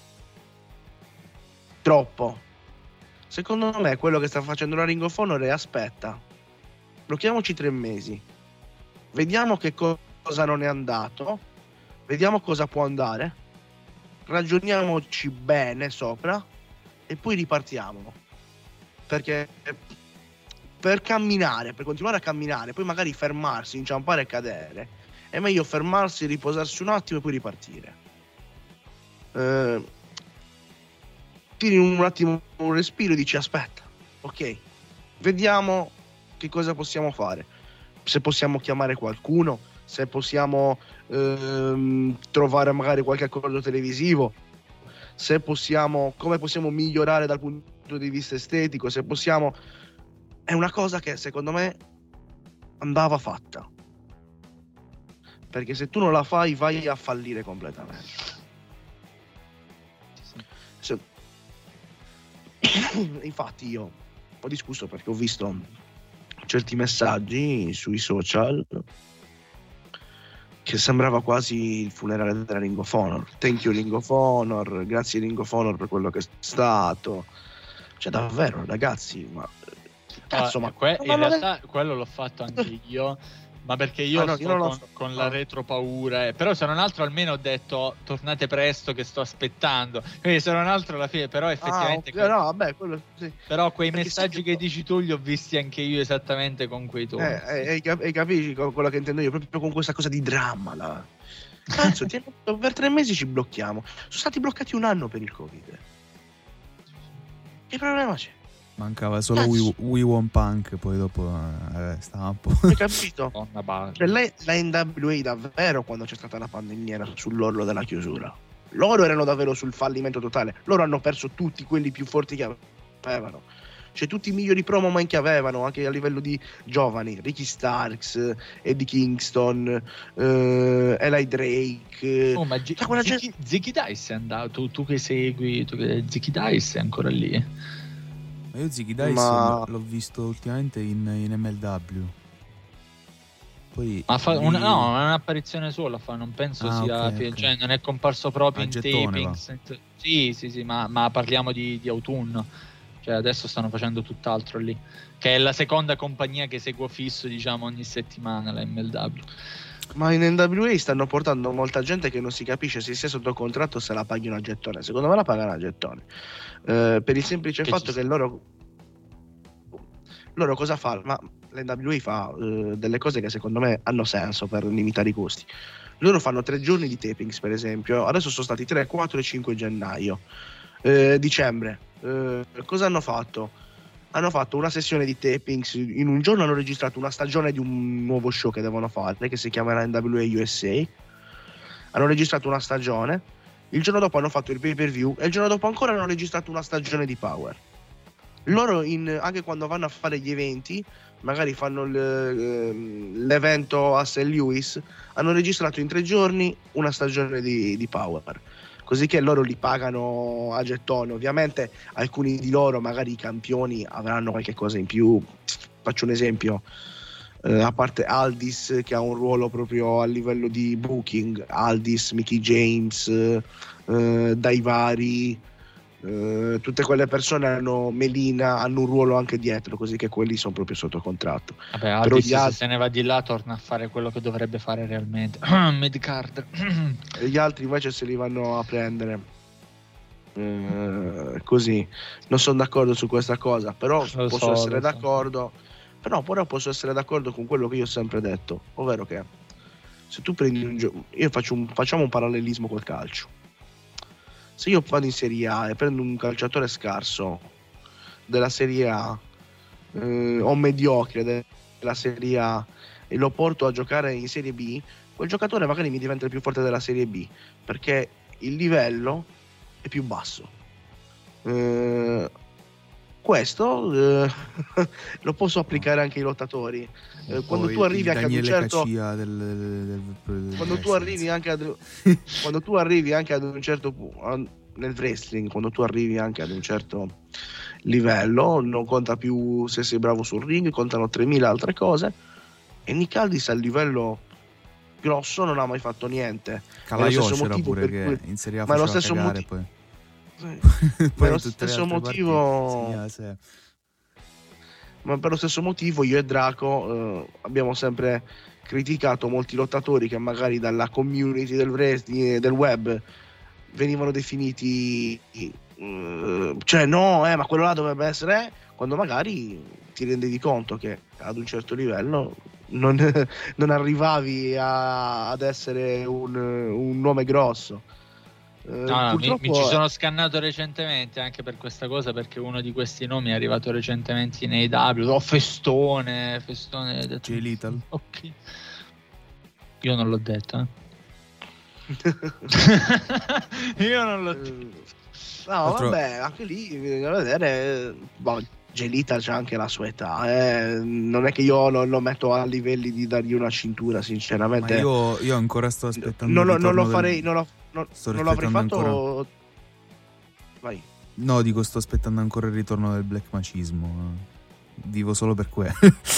Troppo. Secondo me quello che sta facendo la Ring of Honor è aspetta, blocchiamoci 3 mesi, vediamo che cosa non è andato, vediamo cosa può andare, ragioniamoci bene sopra e poi ripartiamo, perché per camminare, per continuare a camminare, poi magari fermarsi, inciampare e cadere, è meglio fermarsi, riposarsi un attimo e poi ripartire. Tiri un attimo un respiro e dici aspetta, ok, vediamo che cosa possiamo fare, se possiamo chiamare qualcuno, se possiamo trovare magari qualche accordo televisivo, se possiamo, come possiamo migliorare dal punto di vista estetico, se possiamo. È una cosa che secondo me andava fatta, perché se tu non la fai vai a fallire completamente. Infatti io ho discusso perché ho visto certi messaggi sui social che sembrava quasi il funerale della Ring of Honor. Thank you Ring of Honor, grazie Ring of Honor per quello che è stato. Cioè davvero ragazzi, ma cazzo, ma in realtà quello l'ho fatto anche io, ma perché io sto con la retro paura, però se non altro almeno ho detto tornate presto che sto aspettando, quindi se non altro alla fine, però effettivamente no, vabbè, quello sì. Però quei messaggi che dici tu li ho visti anche io esattamente con quei toni. E capisci quello che intendo io, proprio con questa cosa di dramma là. Cazzo, per 3 mesi ci blocchiamo, sono stati bloccati 1 anno per il Covid, che problema c'è? Mancava solo We Want Punk, poi dopo stava un po'. Hai capito? Cioè, la NWA davvero, quando c'è stata la pandemia, era sull'orlo della chiusura. Loro erano davvero sul fallimento totale. Loro hanno perso tutti quelli più forti che avevano. Cioè tutti i migliori promoman che avevano, anche a livello di giovani. Ricky Starks, Eddie Kingston, Eli Drake. Oh, ma Zicky Dice è andato, tu che segui, Zicky Dice è ancora lì. Ma io Zicky Dice l'ho visto ultimamente in MLW. Poi ma no, è un'apparizione sola, non penso sia okay. Cioè non è comparso proprio in tapings. Sì, ma parliamo di autunno. Cioè adesso stanno facendo tutt'altro lì, che è la seconda compagnia che seguo fisso, diciamo, ogni settimana, la MLW. Ma in NWA stanno portando molta gente che non si capisce se sia sotto contratto o se la paghi a gettone. Secondo me la pagano a gettone, per il semplice fatto che loro cosa fa? Ma l'NWA fa delle cose che secondo me hanno senso per limitare i costi. Loro fanno 3 giorni di tapings, per esempio. Adesso sono stati 3, 4 e 5 gennaio, dicembre. Cosa hanno fatto? Hanno fatto una sessione di tapings. In un giorno hanno registrato una stagione di un nuovo show che devono fare, che si chiamerà NWA USA. Hanno registrato una stagione, il giorno dopo hanno fatto il pay per view e il giorno dopo ancora hanno registrato una stagione di Power. Loro anche quando vanno a fare gli eventi, magari fanno l'evento a St. Louis, hanno registrato in 3 giorni una stagione di Power, così che loro li pagano a gettone. Ovviamente alcuni di loro, magari i campioni, avranno qualche cosa in più. Faccio un esempio, a parte Aldis, che ha un ruolo proprio a livello di booking, Aldis, Mickey James, Daivari, tutte quelle persone hanno Melina, hanno un ruolo anche dietro, così che quelli sono proprio sotto contratto. Vabbè, Però Aldis, se se ne va di là torna a fare quello che dovrebbe fare realmente. Midcard. E gli altri invece se li vanno a prendere così. Non sono d'accordo su questa cosa, però posso essere d'accordo. Però posso essere d'accordo con quello che io ho sempre detto, ovvero che se tu prendi facciamo un parallelismo col calcio. Se io vado in Serie A e prendo un calciatore scarso della Serie A o mediocre della Serie A e lo porto a giocare in Serie B, quel giocatore magari mi diventa il più forte della Serie B, perché il livello è più basso. Questo lo posso applicare anche ai lottatori. Quando tu arrivi anche ad un certo quando tu arrivi anche ad un certo nel wrestling, quando tu arrivi anche ad un certo livello, non conta più se sei bravo sul ring, contano 3000 altre cose, e Nick Aldis a livello grosso non ha mai fatto niente. Calaio c'era pure che in Serie A faceva cagare poi. Per lo stesso motivo ma per lo stesso motivo io e Draco abbiamo sempre criticato molti lottatori che magari dalla community del wrestling, del web, venivano definiti cioè no, ma quello là dovrebbe essere, quando magari ti rendevi conto che ad un certo livello non arrivavi ad essere un nome grosso. No, mi ci sono scannato recentemente anche per questa cosa, perché uno di questi nomi è arrivato recentemente in AEW. Festone Jay Lethal. Ok, io non l'ho detto io non l'ho detto. No, vabbè, anche lì bisogna vedere. Jay Lethal c'ha anche la sua età, non è che io lo metto a livelli di dargli una cintura, sinceramente. Ma io ancora sto aspettando. Non lo farei, non lo avrei fatto ancora. Vai. No, dico, sto aspettando ancora il ritorno del black macismo. Vivo solo per quello.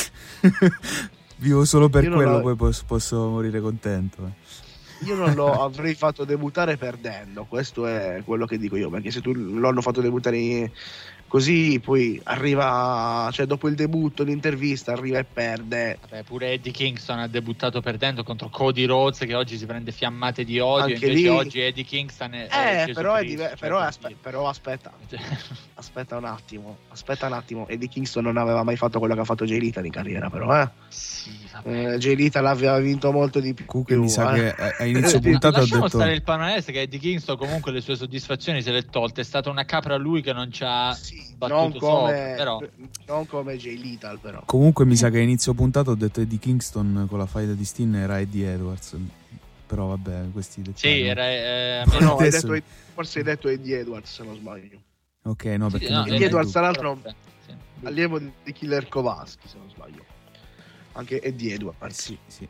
Vivo solo per quello, poi posso morire contento. Io non lo avrei fatto debuttare perdendo, questo è quello che dico io, perché se tu lo hanno fatto debuttare così, poi arriva, cioè dopo il debutto, l'intervista, arriva e perde. Vabbè, pure Eddie Kingston ha debuttato perdendo contro Cody Rhodes, che oggi si prende fiammate di odio. Anche invece lì... oggi Eddie Kingston è però aspetta un attimo, Eddie Kingston non aveva mai fatto quello che ha fatto Jay Lethal in carriera, però sì, Jay Lethal aveva vinto molto di più. Comunque mi sa che a inizio puntata ho detto, stare il panorese che Eddie Kingston comunque le sue soddisfazioni se le è tolte, è stata una capra lui che non ci ha battuto sopra, però non come Jay Lethal, però. Comunque mi sa che a inizio puntata ho detto Eddie Kingston con la faida di Steen era Eddie Edwards, però vabbè, questi dettagli. Sì, era no, forse hai detto Eddie Edwards, se non sbaglio. Ok, no, perché Eddie Edwards tra l'altro allievo di Killer Kowalski, se non sbaglio. Anche Eddie Edwards. Sì.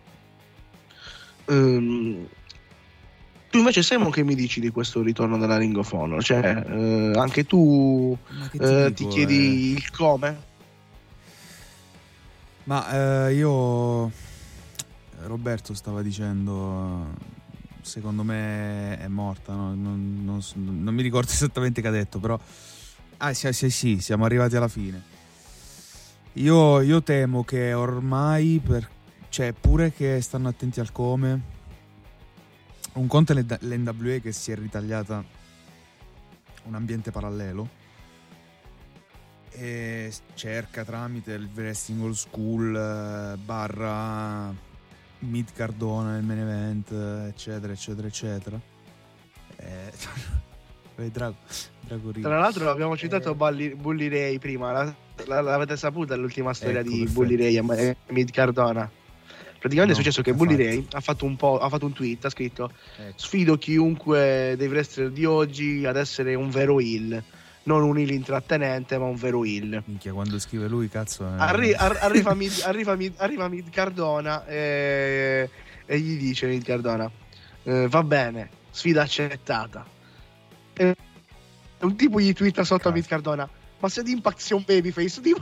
Tu invece, Simon, che mi dici di questo ritorno della Ring of Honor? Cioè, anche tu ti chiedi il come? Ma io, Roberto stava dicendo, secondo me è morta, no? Non mi ricordo esattamente che ha detto, però sì, siamo arrivati alla fine. Io temo che ormai, cioè pure che stanno attenti al come, un conto è l'NWA che si è ritagliata un ambiente parallelo e cerca tramite il wrestling old school barra Mid Cardona nel main event, eccetera. Drago Tra l'altro abbiamo citato Bully Ray prima, l'avete saputa l'ultima storia di Bully Ray e Mid Cardona? Praticamente è successo che Bully Ray ha fatto un tweet, ha scritto: sfido chiunque dei wrestler di oggi ad essere un vero heel, non un heel intrattenente ma un vero heel. Minchia, quando scrive lui, cazzo arriva Mid Cardona e gli dice Mid Cardona va bene, sfida accettata, e un tipo gli twitta sotto a Mid Cardona: ma se di Impact sia un babyface, tipo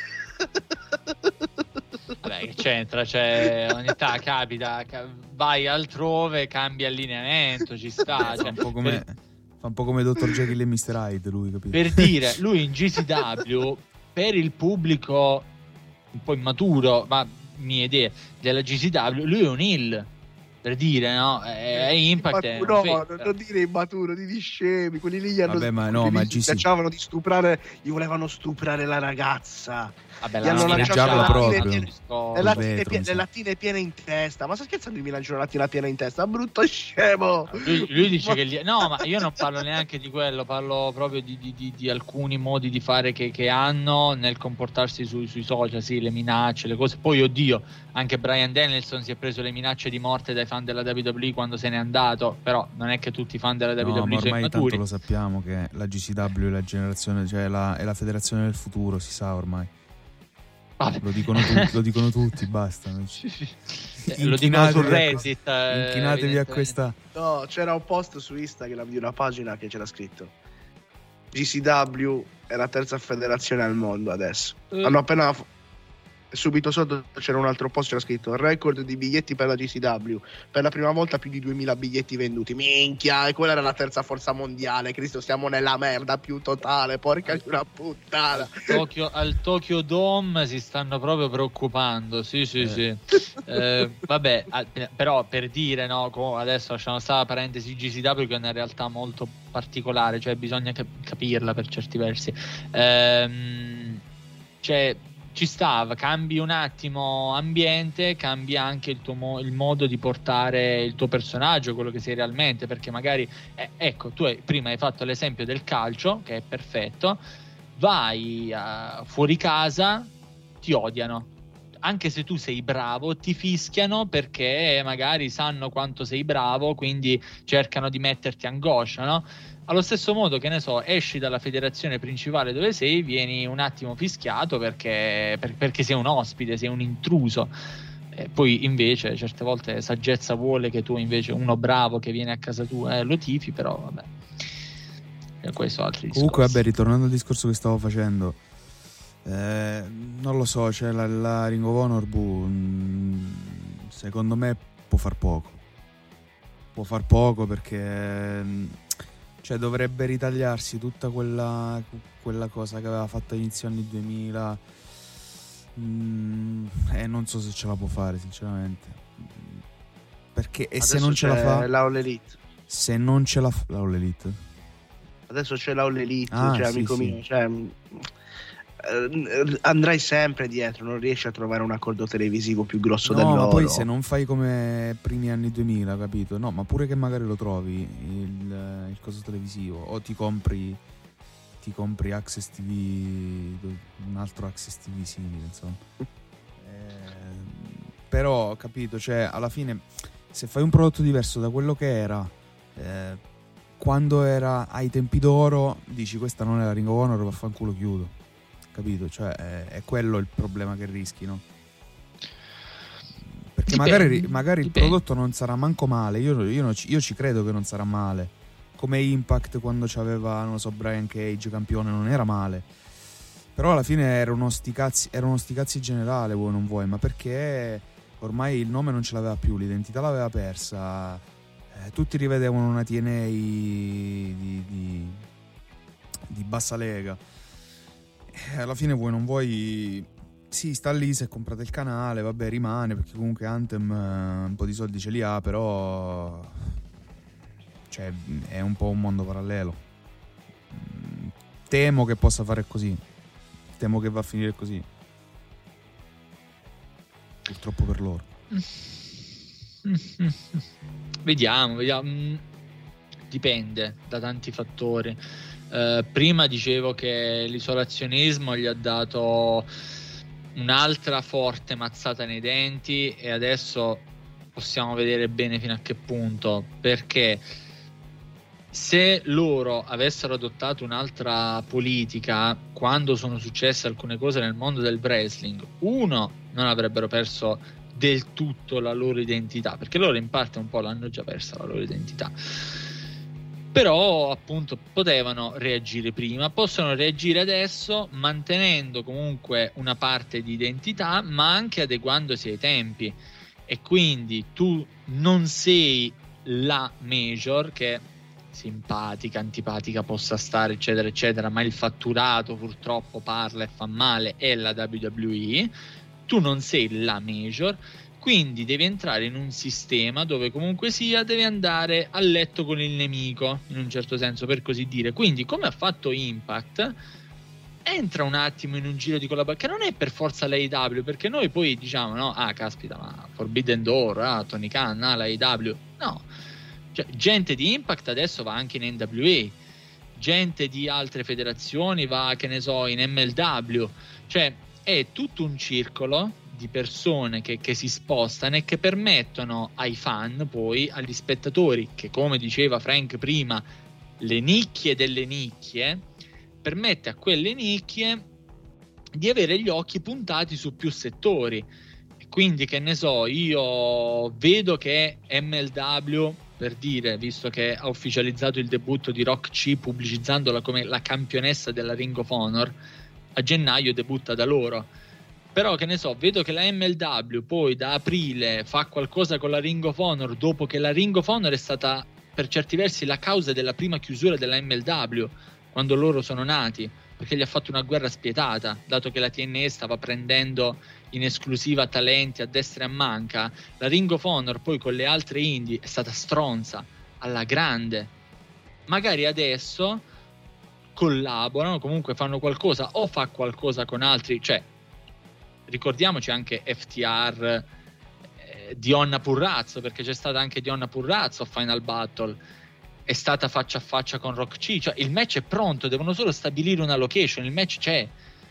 vabbè, che c'entra, cioè ogni tanto capita, vai altrove, cambia allineamento, ci sta, cioè, un po' come Fa un po' come Dr. Jekyll e Mr. Hyde, lui, capito? Per dire, lui in GCW, per il pubblico un po' immaturo, ma mie idee, della GCW, lui è un heel. Per dire, no? È Impact. Non dire immaturo, di scemi. Quelli lì gli hanno piacevano di stuprare, gli volevano stuprare la ragazza. Vabbè, gli hanno lanciato le lattine piene in testa. Ma sta scherzando, mi lancio una lattina piena in testa? Brutto scemo. Lui dice che no, ma io non parlo neanche di quello, parlo proprio di alcuni modi di fare che hanno nel comportarsi sui social, sì, le minacce, le cose. Poi, oddio, anche Bryan Danielson si è preso le minacce di morte dai fan della WWE quando se n'è andato, però non è che tutti i fan della WWE ma ormai sono immaturi. Tanto lo sappiamo che la GCW è la generazione, cioè è la federazione del futuro, si sa ormai. Lo dicono tutti, basta. Lo dicono su Reddit. Inchinatevi a questa. No, c'era un post su Instagram di una pagina che c'era scritto: GCW è la terza federazione al mondo adesso. Hanno appena subito sotto c'era un altro post, c'era scritto record di biglietti per la GCW, per la prima volta più di 2000 biglietti venduti. Minchia, e quella era la terza forza mondiale. Cristo, siamo nella merda più totale, porca di una puttana. Al Tokyo Dome si stanno proprio preoccupando. Sì. Vabbè, però per dire, no, adesso lasciamo stare la parentesi GCW, che è una realtà molto particolare, cioè bisogna capirla per certi versi. Cioè ci stava, cambi un attimo ambiente, cambi anche il modo di portare il tuo personaggio, quello che sei realmente, perché magari ecco, tu prima hai fatto l'esempio del calcio, che è perfetto, vai fuori casa, ti odiano, anche se tu sei bravo ti fischiano perché magari sanno quanto sei bravo, quindi cercano di metterti angoscia, no? Allo stesso modo, che ne so, esci dalla federazione principale dove sei, vieni un attimo fischiato perché sei un ospite, sei un intruso. Poi invece certe volte saggezza vuole che tu invece, uno bravo che viene a casa tua, lo tifi, però vabbè, e questo altri discorsi. Comunque vabbè, ritornando al discorso che stavo facendo, non lo so, cioè la Ring of Honor secondo me può far poco perché cioè dovrebbe ritagliarsi tutta quella cosa che aveva fatto all'inizio anni 2000 e non so se ce la può fare sinceramente, perché adesso se non ce la fa l'All Elite. Se non ce la fa l'All Elite, adesso c'è l'All Elite, cioè sì, amico mio, cioè andrai sempre dietro, non riesci a trovare un accordo televisivo più grosso del loro. Ma poi se non fai come primi anni 2000, capito? No, ma pure che magari lo trovi il coso televisivo, o ti compri Access TV, un altro Access TV simile, insomma. Però, capito, cioè alla fine se fai un prodotto diverso da quello che era quando era ai tempi d'oro, dici questa non è la Ring of Honor, vaffanculo, chiudo. Capito? Cioè è quello il problema che rischi, no? Perché magari il prodotto non sarà manco male. Io ci credo che non sarà male. Come Impact quando c'aveva, non lo so, Brian Cage campione, non era male. Però alla fine era uno sti cazzi generale, vuoi non vuoi, ma perché ormai il nome non ce l'aveva più, l'identità l'aveva persa. Tutti rivedevano una TNA di bassa lega. Alla fine vuoi non vuoi, sì, sta lì, se comprate il canale, vabbè, rimane, perché comunque Anthem un po' di soldi ce li ha, però cioè è un po' un mondo parallelo. Temo che possa fare così, temo che va a finire così, purtroppo per loro. Vediamo, dipende da tanti fattori. Prima dicevo che l'isolazionismo gli ha dato un'altra forte mazzata nei denti e adesso possiamo vedere bene fino a che punto, perché se loro avessero adottato un'altra politica quando sono successe alcune cose nel mondo del wrestling, non avrebbero perso del tutto la loro identità, perché loro in parte un po' l'hanno già persa la loro identità. Però appunto potevano reagire prima, possono reagire adesso mantenendo comunque una parte di identità, ma anche adeguandosi ai tempi. E quindi tu non sei la major che simpatica, antipatica possa stare, eccetera eccetera, ma il fatturato purtroppo parla e fa male, è la WWE. Tu non sei la major, quindi devi entrare in un sistema dove comunque sia devi andare a letto con il nemico, in un certo senso, per così dire. Quindi, come ha fatto Impact, entra un attimo in un giro di collaborazione, che non è per forza l'AEW, perché noi poi diciamo, no, caspita, ma Forbidden Door, Tony Khan, l'AEW, no, cioè, gente di Impact adesso va anche in NWA, gente di altre federazioni va, che ne so, in MLW, cioè è tutto un circolo di persone che si spostano e che permettono ai fan, poi agli spettatori, che come diceva Frank prima, le nicchie delle nicchie, permette a quelle nicchie di avere gli occhi puntati su più settori. E quindi, che ne so, io vedo che MLW, per dire, visto che ha ufficializzato il debutto di Rock C pubblicizzandola come la campionessa della Ring of Honor, a gennaio debutta da loro. Però, che ne so, vedo che la MLW poi da aprile fa qualcosa con la Ring of Honor, dopo che la Ring of Honor è stata per certi versi la causa della prima chiusura della MLW quando loro sono nati, perché gli ha fatto una guerra spietata, dato che la TNA stava prendendo in esclusiva talenti a destra e a manca. La Ring of Honor poi con le altre indie è stata stronza alla grande. Magari adesso collaborano, comunque fanno qualcosa, o fa qualcosa con altri, cioè ricordiamoci anche FTR, Dionna Purrazzo, perché c'è stata anche Dionna Purrazzo a Final Battle, è stata faccia a faccia con Rock C, cioè il match è pronto, devono solo stabilire una location, il match c'è,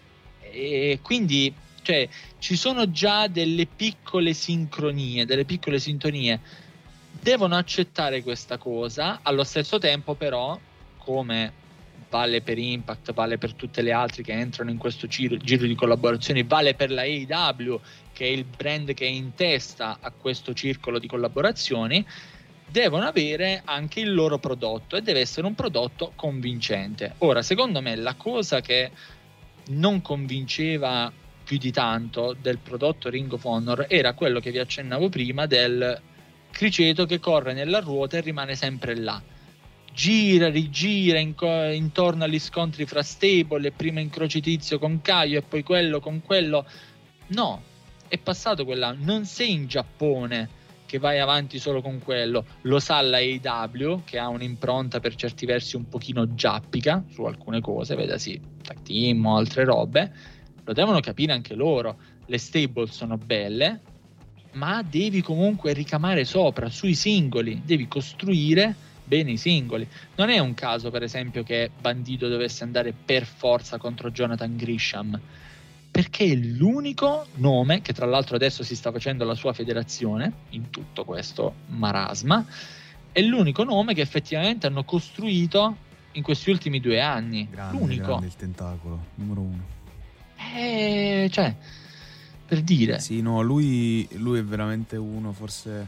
e quindi cioè ci sono già delle piccole sincronie, delle piccole sintonie, devono accettare questa cosa. Allo stesso tempo però, come vale per Impact, vale per tutte le altre che entrano in questo giro di collaborazioni, vale per la AEW, che è il brand che è in testa a questo circolo di collaborazioni, devono avere anche il loro prodotto, e deve essere un prodotto convincente. Ora, secondo me, la cosa che non convinceva più di tanto del prodotto Ring of Honor era quello che vi accennavo prima, del criceto che corre nella ruota e rimane sempre là, gira, rigira intorno agli scontri fra stable, e prima incroci tizio con Caio e poi quello con quello. No, è passato quella, non sei in Giappone che vai avanti solo con quello, lo sa la AEW, che ha un'impronta per certi versi un pochino giappica su alcune cose, vedasi tag team o altre robe, lo devono capire anche loro. Le stable sono belle, ma devi comunque ricamare sopra sui singoli, devi costruire bene i singoli. Non è un caso, per esempio, che Bandido dovesse andare per forza contro Jonathan Grisham, perché è l'unico nome, che tra l'altro adesso si sta facendo la sua federazione in tutto questo marasma, è l'unico nome che effettivamente hanno costruito in questi ultimi 2 anni. L'unico. Grande il tentacolo, numero 1. Cioè, per dire. Sì, no, lui è veramente uno, forse,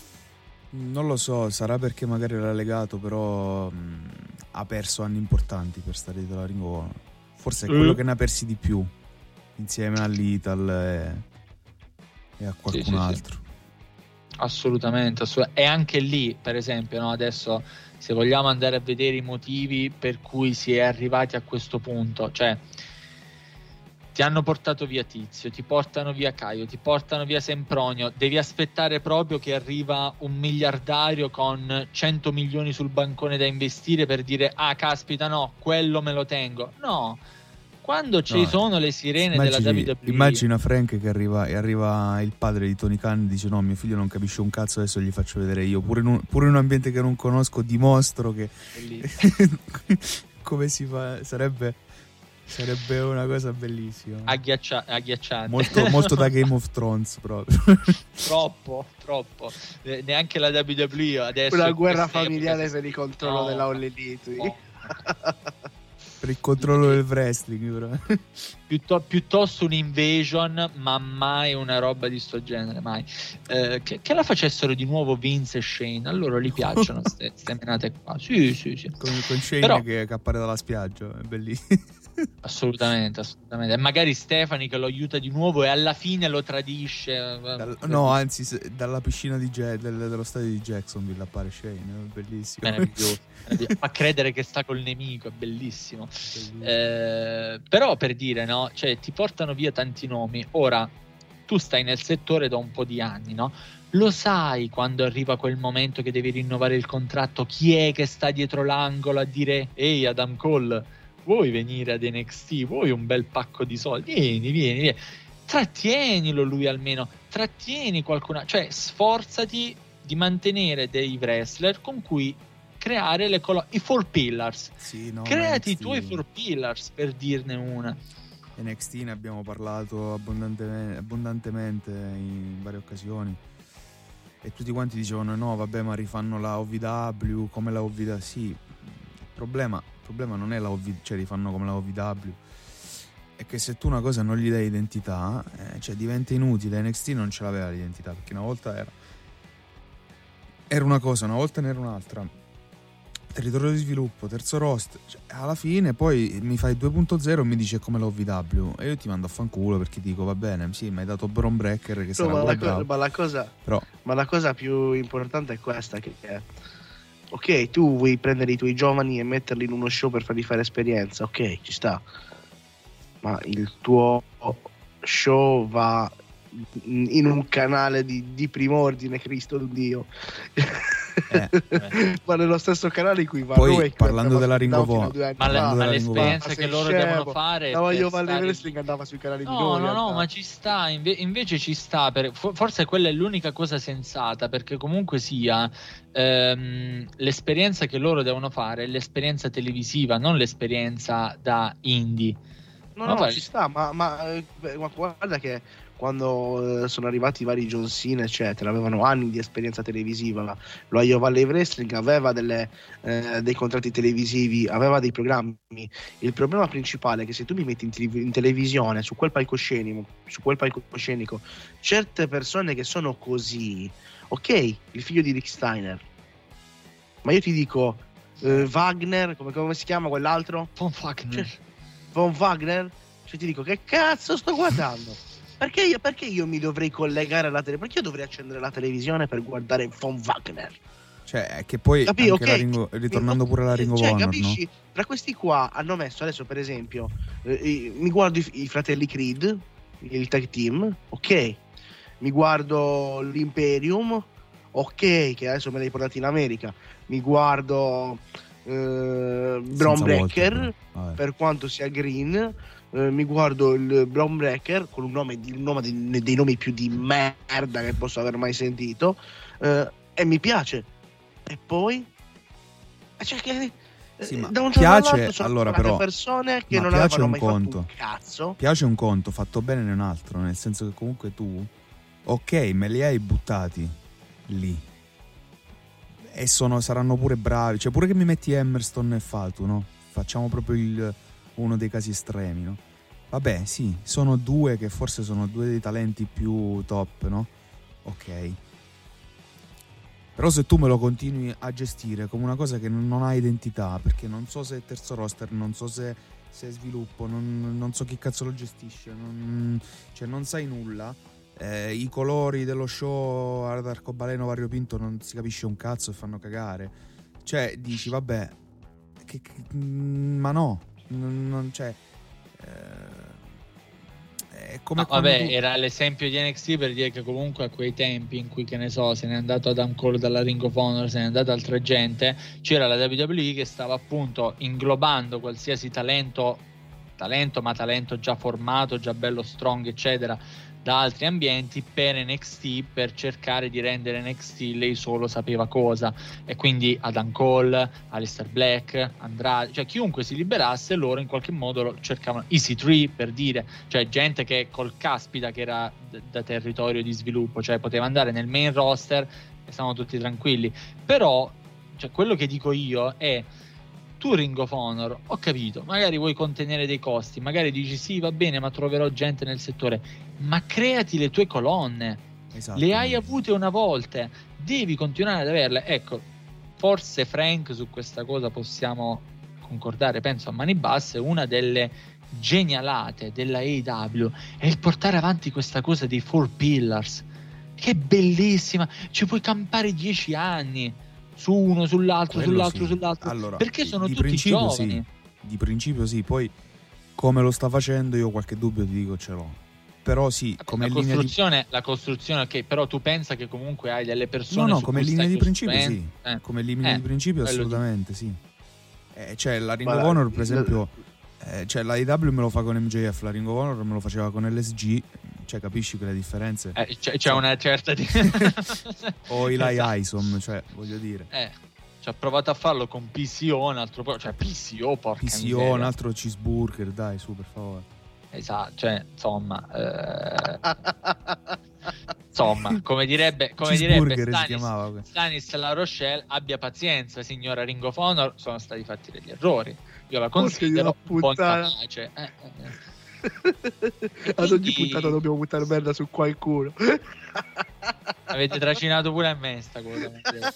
non lo so, sarà perché magari era legato, però ha perso anni importanti per stare dietro la Ring of Honor. Forse è quello che ne ha persi di più, insieme all'Ital e a qualcun altro. Sì. Assolutamente. E anche lì, per esempio, no, adesso se vogliamo andare a vedere i motivi per cui si è arrivati a questo punto, cioè ti hanno portato via Tizio, ti portano via Caio, ti portano via Sempronio, devi aspettare proprio che arriva un miliardario con 100 milioni sul bancone da investire per dire caspita, no, quello me lo tengo. No, quando ci sono le sirene della WWE. Immagina Frank che arriva il padre di Tony Khan e dice: no, mio figlio non capisce un cazzo, adesso gli faccio vedere io, pure in un ambiente che non conosco, dimostro che come si fa. Sarebbe una cosa bellissima, agghiacciante, molto da Game of Thrones proprio. troppo. Neanche la WWE adesso, una guerra familiare per il controllo della All Elite. per il controllo del wrestling, però. Piuttosto un'invasion, ma mai una roba di sto genere, mai. Che la facessero di nuovo Vince e Shane, a loro gli piacciono ste menate qua. Sì. Con Shane però, che appare dalla spiaggia, è bellissimo. Assolutamente. E magari Stephanie che lo aiuta di nuovo e alla fine lo tradisce. No, anzi, dalla piscina dello stadio di Jacksonville appare Shane, è bellissimo. Meraviglioso. Fa credere che sta col nemico, è bellissimo. Però per dire, no, cioè ti portano via tanti nomi. Ora tu stai nel settore da un po' di anni, no? Lo sai quando arriva quel momento che devi rinnovare il contratto, chi è che sta dietro l'angolo a dire ehi Adam Cole, vuoi venire ad NXT, vuoi un bel pacco di soldi, vieni, trattienilo lui almeno, trattieni qualcuno, cioè sforzati di mantenere dei wrestler con cui creare i four pillars. Sì, no, creati NXT, i tuoi four pillars, per dirne una. NXT ne abbiamo parlato abbondantemente in varie occasioni e tutti quanti dicevano no vabbè, ma rifanno la OVW come la OVW. Sì, il problema non è la OVW, cioè rifanno come la OVW, è che se tu una cosa non gli dai identità, cioè diventa inutile. NXT non ce l'aveva l'identità, perché una volta era una cosa, una volta ne era un'altra, territorio di sviluppo, terzo roster, cioè, alla fine poi mi fai 2.0 e mi dice come l'OVW e io ti mando a fanculo, perché dico va bene, sì, mi hai dato Bron Breakker che sarà ma la cosa più importante è questa, che ok, tu vuoi prendere i tuoi giovani e metterli in uno show per fargli fare esperienza, ok, ci sta, ma il tuo show va in un canale di primo ordine, Cristo d'un Dio. Ma nello stesso canale in cui va poi noi, parlando della Ring of Honor, ma l'esperienza che loro devono fare, io Valle Wrestling andava sui canali di no, ma ci sta, invece ci sta, forse quella è l'unica cosa sensata, perché comunque sia l'esperienza che loro devono fare è l'esperienza televisiva, non l'esperienza da indie. No, ci sta, ma guarda che quando sono arrivati i vari John Cena eccetera, avevano anni di esperienza televisiva. Lo Io Valley Wrestling aveva dei contratti televisivi, aveva dei programmi. Il problema principale è che se tu mi metti in televisione su quel palcoscenico certe persone che sono così, ok, il figlio di Rick Steiner, ma io ti dico Wagner, come si chiama quell'altro? Von Wagner, cioè ti dico che cazzo sto guardando? Perché io mi dovrei collegare alla televisione? Perché io dovrei accendere la televisione per guardare Von Wagner? Cioè, che poi anche okay, ritornando pure alla Ring of Honor, capisci? No? Tra questi qua hanno messo adesso, per esempio, mi guardo i fratelli Creed, il tag team, ok. Mi guardo l'Imperium, ok, che adesso me l'hai portati in America. Mi guardo Bron Breakker, per quanto sia green. Mi guardo il Bron Breakker con un nome dei nomi più di merda che posso aver mai sentito, e mi piace. E poi cioè che sì, ma da un piace, sono allora però persone che non avevano mai fatto un cazzo. Piace un conto, fatto bene in un altro, nel senso che comunque tu ok, me li hai buttati lì e saranno pure bravi, cioè pure che mi metti Hammerstone e Fatu, no? Facciamo proprio uno dei casi estremi, no? Vabbè, sì, sono due che forse sono due dei talenti più top, no? Ok. Però se tu me lo continui a gestire come una cosa che non ha identità, perché non so se è terzo roster, non so se è sviluppo, non so chi cazzo lo gestisce, cioè non sai nulla, i colori dello show ad arcobaleno variopinto non si capisce un cazzo e fanno cagare, cioè dici vabbè, ma no, non c'è. È come vabbè, era l'esempio di NXT per dire che comunque a quei tempi in cui, che ne so, se n'è andato Adam Cole dalla Ring of Honor, se n'è andata altra gente, c'era la WWE che stava appunto inglobando qualsiasi talento già formato, già bello strong eccetera, da altri ambienti per NXT, per cercare di rendere NXT lei solo sapeva cosa, e quindi Adam Cole, Aleister Black, Andrade, cioè chiunque si liberasse loro in qualche modo lo cercavano. EC3 per dire, cioè gente che col caspita che era da territorio di sviluppo, cioè poteva andare nel main roster e stavano tutti tranquilli. Però cioè, quello che dico io è: tu Ring of Honor, ho capito, magari vuoi contenere dei costi, magari dici sì, va bene, ma troverò gente nel settore, ma creati le tue colonne. Esatto. Le hai avute una volta, devi continuare ad averle. Ecco, forse Frank su questa cosa possiamo concordare, penso a mani basse. Una delle genialate della AEW è il portare avanti questa cosa dei 4 Pillars, che è bellissima, ci puoi campare 10 anni su uno, sull'altro, Quello sull'altro, sì. sull'altro, Allora, perché sono di tutti principio giovani. sì. Di principio sì, poi come lo sta facendo io qualche dubbio ti dico ce l'ho. Però sì, come la costruzione, ok, però tu pensa che comunque hai delle persone no, su come cui linea stai di principio sì. costruendo. Come linea di principio assolutamente sì. Cioè la Ring of Guarda, Honor per esempio, cioè la AEW me lo fa con MJF, la Ring of Honor me lo faceva con LSG, cioè capisci quelle differenze? C'è una certa o Eli esatto. Isom, cioè voglio dire. Ci ha provato a farlo con PCO, un altro cioè PCO, porca PCO, un altro cheeseburger, dai, su per favore. Esatto, cioè insomma, come direbbe Stanis La Rochelle, abbia pazienza signora Ring of Honor, sono stati fatti degli errori, io la considero un po' incapace. Ad ogni puntata dobbiamo buttare merda su qualcuno. Avete tracinato pure a me sta cosa.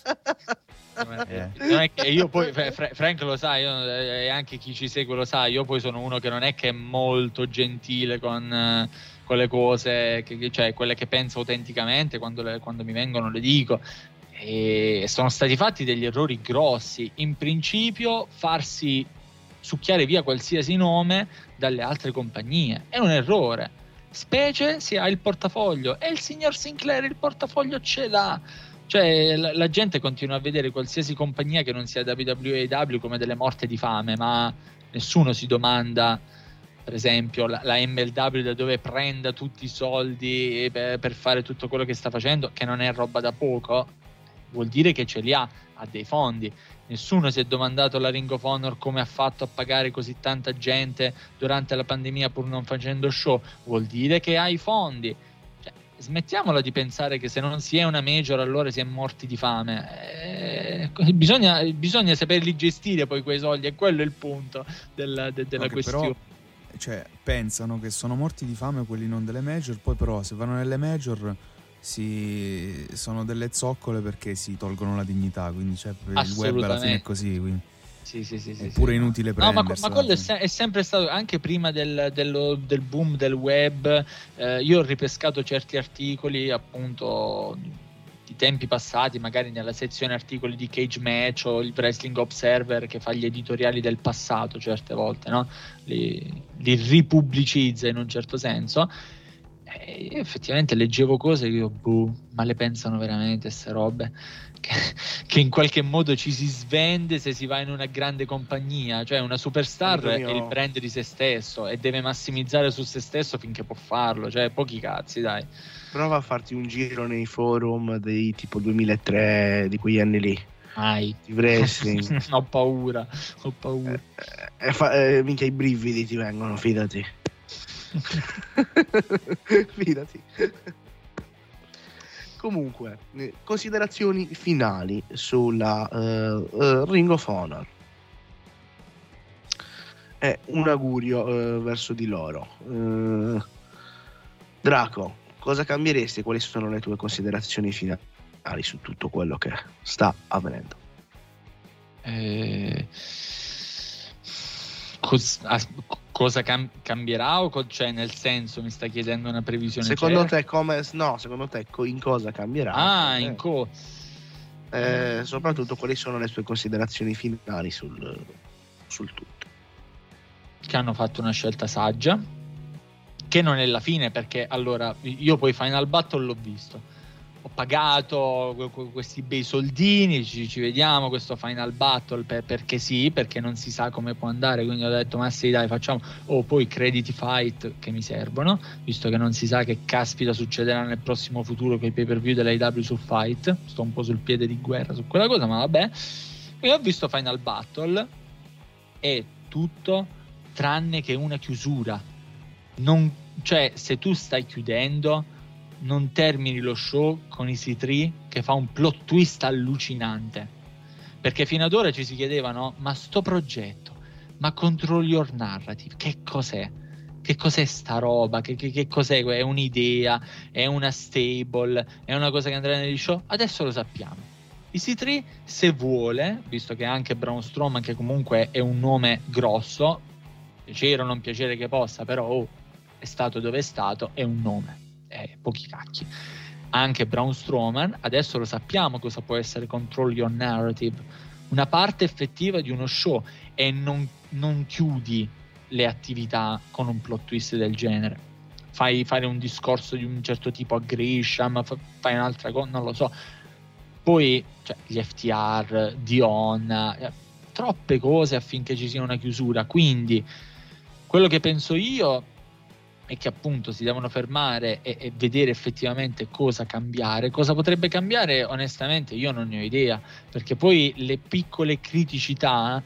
Non è che io poi Frank lo sa, e anche chi ci segue lo sa, io poi sono uno che non è che è molto gentile con le cose, cioè quelle che penso autenticamente, quando mi vengono le dico, e sono stati fatti degli errori grossi. In principio farsi succhiare via qualsiasi nome dalle altre compagnie è un errore, specie se ha il portafoglio, e il signor Sinclair il portafoglio ce l'ha. Cioè la gente continua a vedere qualsiasi compagnia che non sia WWE e AEW come delle morte di fame, ma nessuno si domanda, per esempio, la MLW da dove prenda tutti i soldi per fare tutto quello che sta facendo, che non è roba da poco. Vuol dire che ce li ha dei fondi. Nessuno si è domandato la Ring of Honor come ha fatto a pagare così tanta gente durante la pandemia pur non facendo show. Vuol dire che ha i fondi. Smettiamola di pensare che se non si è una major allora si è morti di fame. Bisogna saperli gestire poi quei soldi, e quello è il punto della questione. Però, cioè, pensano che sono morti di fame quelli non delle major, poi però se vanno nelle major sono delle zoccole perché si tolgono la dignità, quindi cioè, il web alla fine è così, quindi. Sì, è pure inutile prendersela. Ma quello è sempre stato, anche prima del boom del web. Io ho ripescato certi articoli appunto di tempi passati, magari nella sezione articoli di Cage Match o il Wrestling Observer, che fa gli editoriali del passato certe volte, no? Li ripubblicizza in un certo senso. E effettivamente leggevo cose che io, ma le pensano veramente queste robe? Che in qualche modo ci si svende se si va in una grande compagnia, cioè una superstar è il brand di se stesso e deve massimizzare su se stesso finché può farlo, cioè pochi cazzi, dai. Prova a farti un giro nei forum dei tipo 2003, di quegli anni lì. Di wrestling. Ho paura. Minchia, i brividi ti vengono, fidati. Fidati. Comunque, considerazioni finali sulla Ring of Honor. Un augurio verso di loro. Draco, cosa cambieresti? Quali sono le tue considerazioni finali su tutto quello che sta avvenendo? Cosa cambierà, cioè nel senso mi sta chiedendo una previsione? Secondo te in cosa cambierà? Soprattutto quali sono le tue considerazioni finali sul tutto? Che hanno fatto una scelta saggia, che non è la fine, perché allora io poi Final Battle l'ho visto, ho pagato questi bei soldini, ci vediamo questo Final Battle perché sì, perché non si sa come può andare, quindi ho detto ma sì dai facciamo, poi crediti fight che mi servono, visto che non si sa che caspita succederà nel prossimo futuro con i pay per view dell'AEW sul fight, sto un po' sul piede di guerra su quella cosa, ma vabbè. Quindi ho visto Final Battle e tutto tranne che una chiusura, cioè se tu stai chiudendo non termini lo show con Easy 3 che fa un plot twist allucinante, perché fino ad ora ci si chiedevano: ma sto progetto, ma Control Your Narrative, che cos'è? Che cos'è sta roba? Che cos'è? È un'idea? È una stable? È una cosa che andrà negli show? Adesso lo sappiamo. EC3, se vuole, visto che anche Braun Strowman, che comunque è un nome grosso, piacere o non piacere che possa, però è stato dove è stato, è un nome, pochi cacchi. Anche Braun Strowman, adesso lo sappiamo cosa può essere Control Your Narrative, una parte effettiva di uno show, e non chiudi le attività con un plot twist del genere. Fai fare un discorso di un certo tipo a Grisham, fai un'altra cosa, non lo so. Poi gli FTR, Dion, troppe cose affinché ci sia una chiusura. Quindi quello che penso io è che appunto si devono fermare e vedere effettivamente cosa cambiare. Cosa potrebbe cambiare, onestamente io non ne ho idea, perché poi le piccole criticità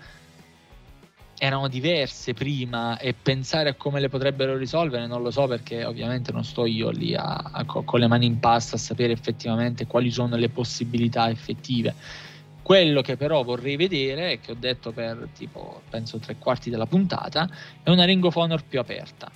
erano diverse prima, e pensare a come le potrebbero risolvere non lo so, perché ovviamente non sto io lì con le mani in pasta a sapere effettivamente quali sono le possibilità effettive. Quello che però vorrei vedere, e che ho detto per tipo penso 3/4 della puntata, è una Ring of Honor più aperta,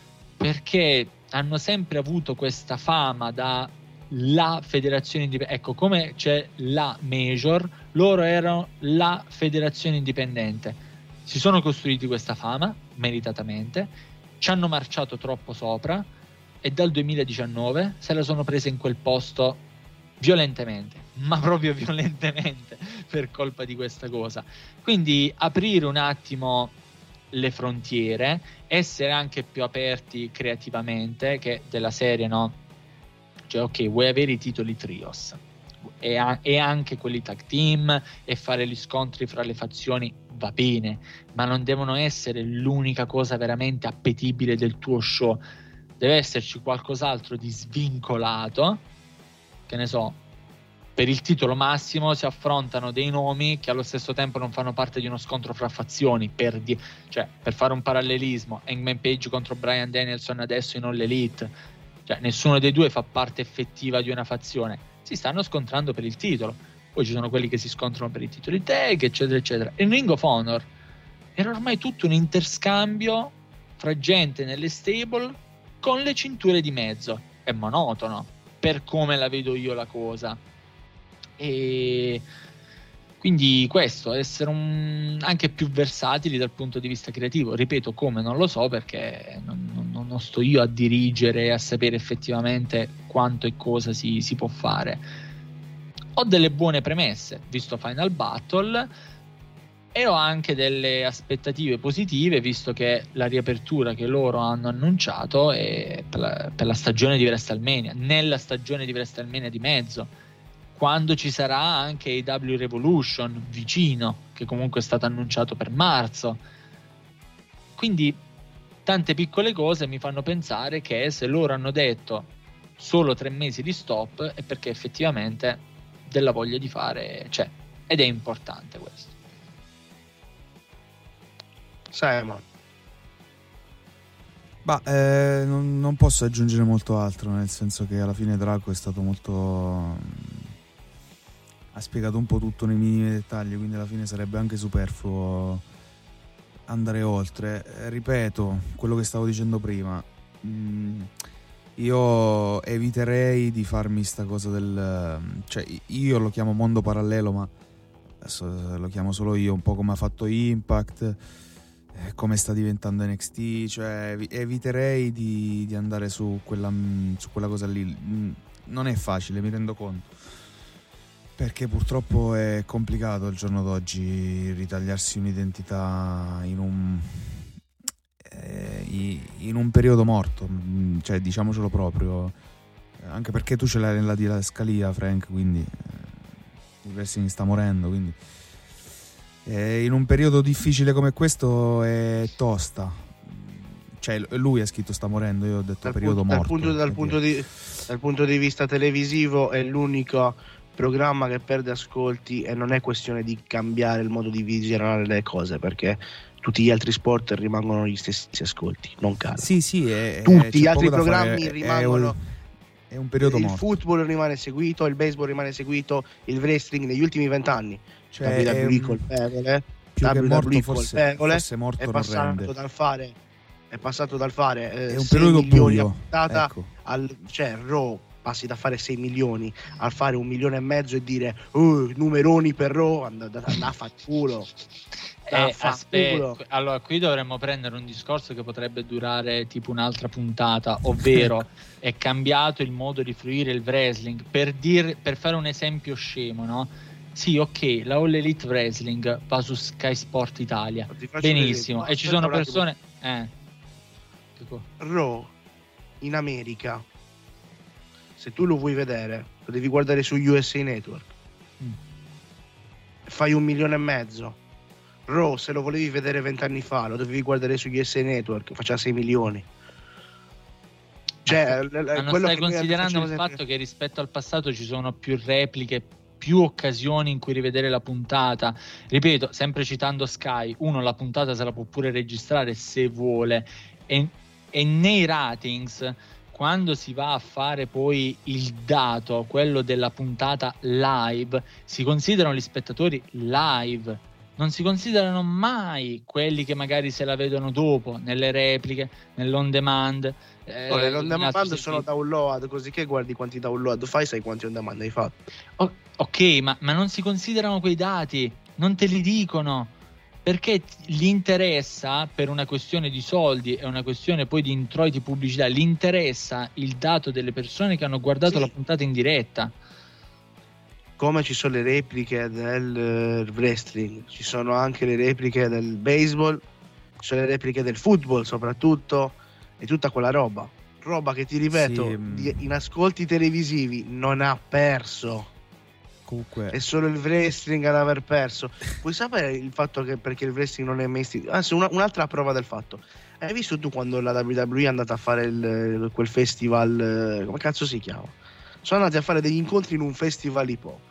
perché hanno sempre avuto questa fama da la federazione indipendente. Ecco, come c'è la Major, loro erano la federazione indipendente. Si sono costruiti questa fama meritatamente, ci hanno marciato troppo sopra, e dal 2019 se la sono presa in quel posto violentemente, ma proprio violentemente, per colpa di questa cosa. Quindi aprire un attimo le frontiere, essere anche più aperti creativamente, che della serie, no? Cioè, ok, vuoi avere i titoli trios e anche quelli tag team e fare gli scontri fra le fazioni, va bene, ma non devono essere l'unica cosa veramente appetibile del tuo show. Deve esserci qualcos'altro di svincolato, che ne so, per il titolo massimo si affrontano dei nomi che allo stesso tempo non fanno parte di uno scontro fra fazioni, per fare un parallelismo, Hangman Page contro Bryan Danielson adesso in All Elite, cioè nessuno dei due fa parte effettiva di una fazione, si stanno scontrando per il titolo. Poi ci sono quelli che si scontrano per i titoli tag, eccetera eccetera. E in Ring of Honor era ormai tutto un interscambio fra gente nelle stable con le cinture di mezzo. È monotono per come la vedo io la cosa. E quindi questo, essere anche più versatili dal punto di vista creativo. Ripeto, come non lo so, perché non sto io a dirigere e a sapere effettivamente quanto e cosa si può fare. Ho delle buone premesse, visto Final Battle, e ho anche delle aspettative positive, visto che la riapertura che loro hanno annunciato è per la stagione di WrestleMania, nella stagione di WrestleMania di mezzo, quando ci sarà anche AEW Revolution vicino, che comunque è stato annunciato per marzo. Quindi tante piccole cose mi fanno pensare che se loro hanno detto solo 3 mesi di stop è perché effettivamente della voglia di fare c'è, ed è importante questo. Simon. Non posso aggiungere molto altro, nel senso che alla fine Draco è stato molto... ha spiegato un po' tutto nei minimi dettagli, quindi alla fine sarebbe anche superfluo andare oltre. Ripeto quello che stavo dicendo prima, io eviterei di farmi sta cosa cioè io lo chiamo mondo parallelo, ma adesso lo chiamo solo io, un po' come ha fatto Impact, come sta diventando NXT, cioè eviterei di andare su quella cosa lì. Non è facile, mi rendo conto, perché purtroppo è complicato al giorno d'oggi ritagliarsi un'identità in un periodo morto, cioè diciamocelo proprio, anche perché tu ce l'hai nella didascalia, Frank, quindi il wrestling sta morendo, quindi in un periodo difficile come questo è tosta, cioè lui ha scritto sta morendo, io ho detto periodo morto. Dal punto di vista televisivo è l'unico programma che perde ascolti, e non è questione di cambiare il modo di visionare le cose, perché tutti gli altri sport rimangono gli stessi ascolti, non calano. Sì, tutti gli altri programmi rimangono. È un periodo morto. Il football rimane seguito, il baseball rimane seguito, il wrestling negli ultimi 20 anni Cioè, WWE colpevole, più che morto, WWE forse morto è non passato rende. dal fare È un 6 periodo milioni buio, a puntata ecco. cioè Raw passi da fare 6 milioni al fare 1,5 milioni e dire numeroni per Raw, andate a far culo. Aspetta, allora qui dovremmo prendere un discorso che potrebbe durare tipo un'altra puntata, ovvero è cambiato il modo di fruire il wrestling, per fare un esempio scemo, no? Sì, ok, la All Elite Wrestling va su Sky Sport Italia, benissimo, e ci sono persone Raw in America, se tu lo vuoi vedere lo devi guardare su USA Network, fai 1,5 milioni. Raw, se lo volevi vedere 20 anni fa, lo dovevi guardare su USA Network, faceva 6 milioni. Cioè, ma non stai considerando il fatto che rispetto al passato ci sono più repliche, più occasioni in cui rivedere la puntata. Ripeto, sempre citando Sky, uno la puntata se la può pure registrare se vuole, e nei ratings, quando si va a fare poi il dato, quello della puntata live, si considerano gli spettatori live. Non si considerano mai quelli che magari se la vedono dopo, nelle repliche, nell'on demand. Le on demand sono download, così che guardi quanti download fai, sai quanti on demand hai fatto. Ok, ma non si considerano quei dati, non te li dicono, perché gli interessa, per una questione di soldi e una questione poi di introiti pubblicità, gli interessa il dato delle persone che hanno guardato la puntata in diretta. Come ci sono le repliche del wrestling, ci sono anche le repliche del baseball, ci sono le repliche del football soprattutto, e tutta quella roba che ti ripeto, in ascolti televisivi non ha perso. Comunque è solo il wrestling ad aver perso. Puoi sapere il fatto che perché il wrestling non è mai anzi, un'altra prova del fatto, hai visto tu quando la WWE è andata a fare quel festival, come cazzo si chiama? Sono andati a fare degli incontri in un festival hip hop.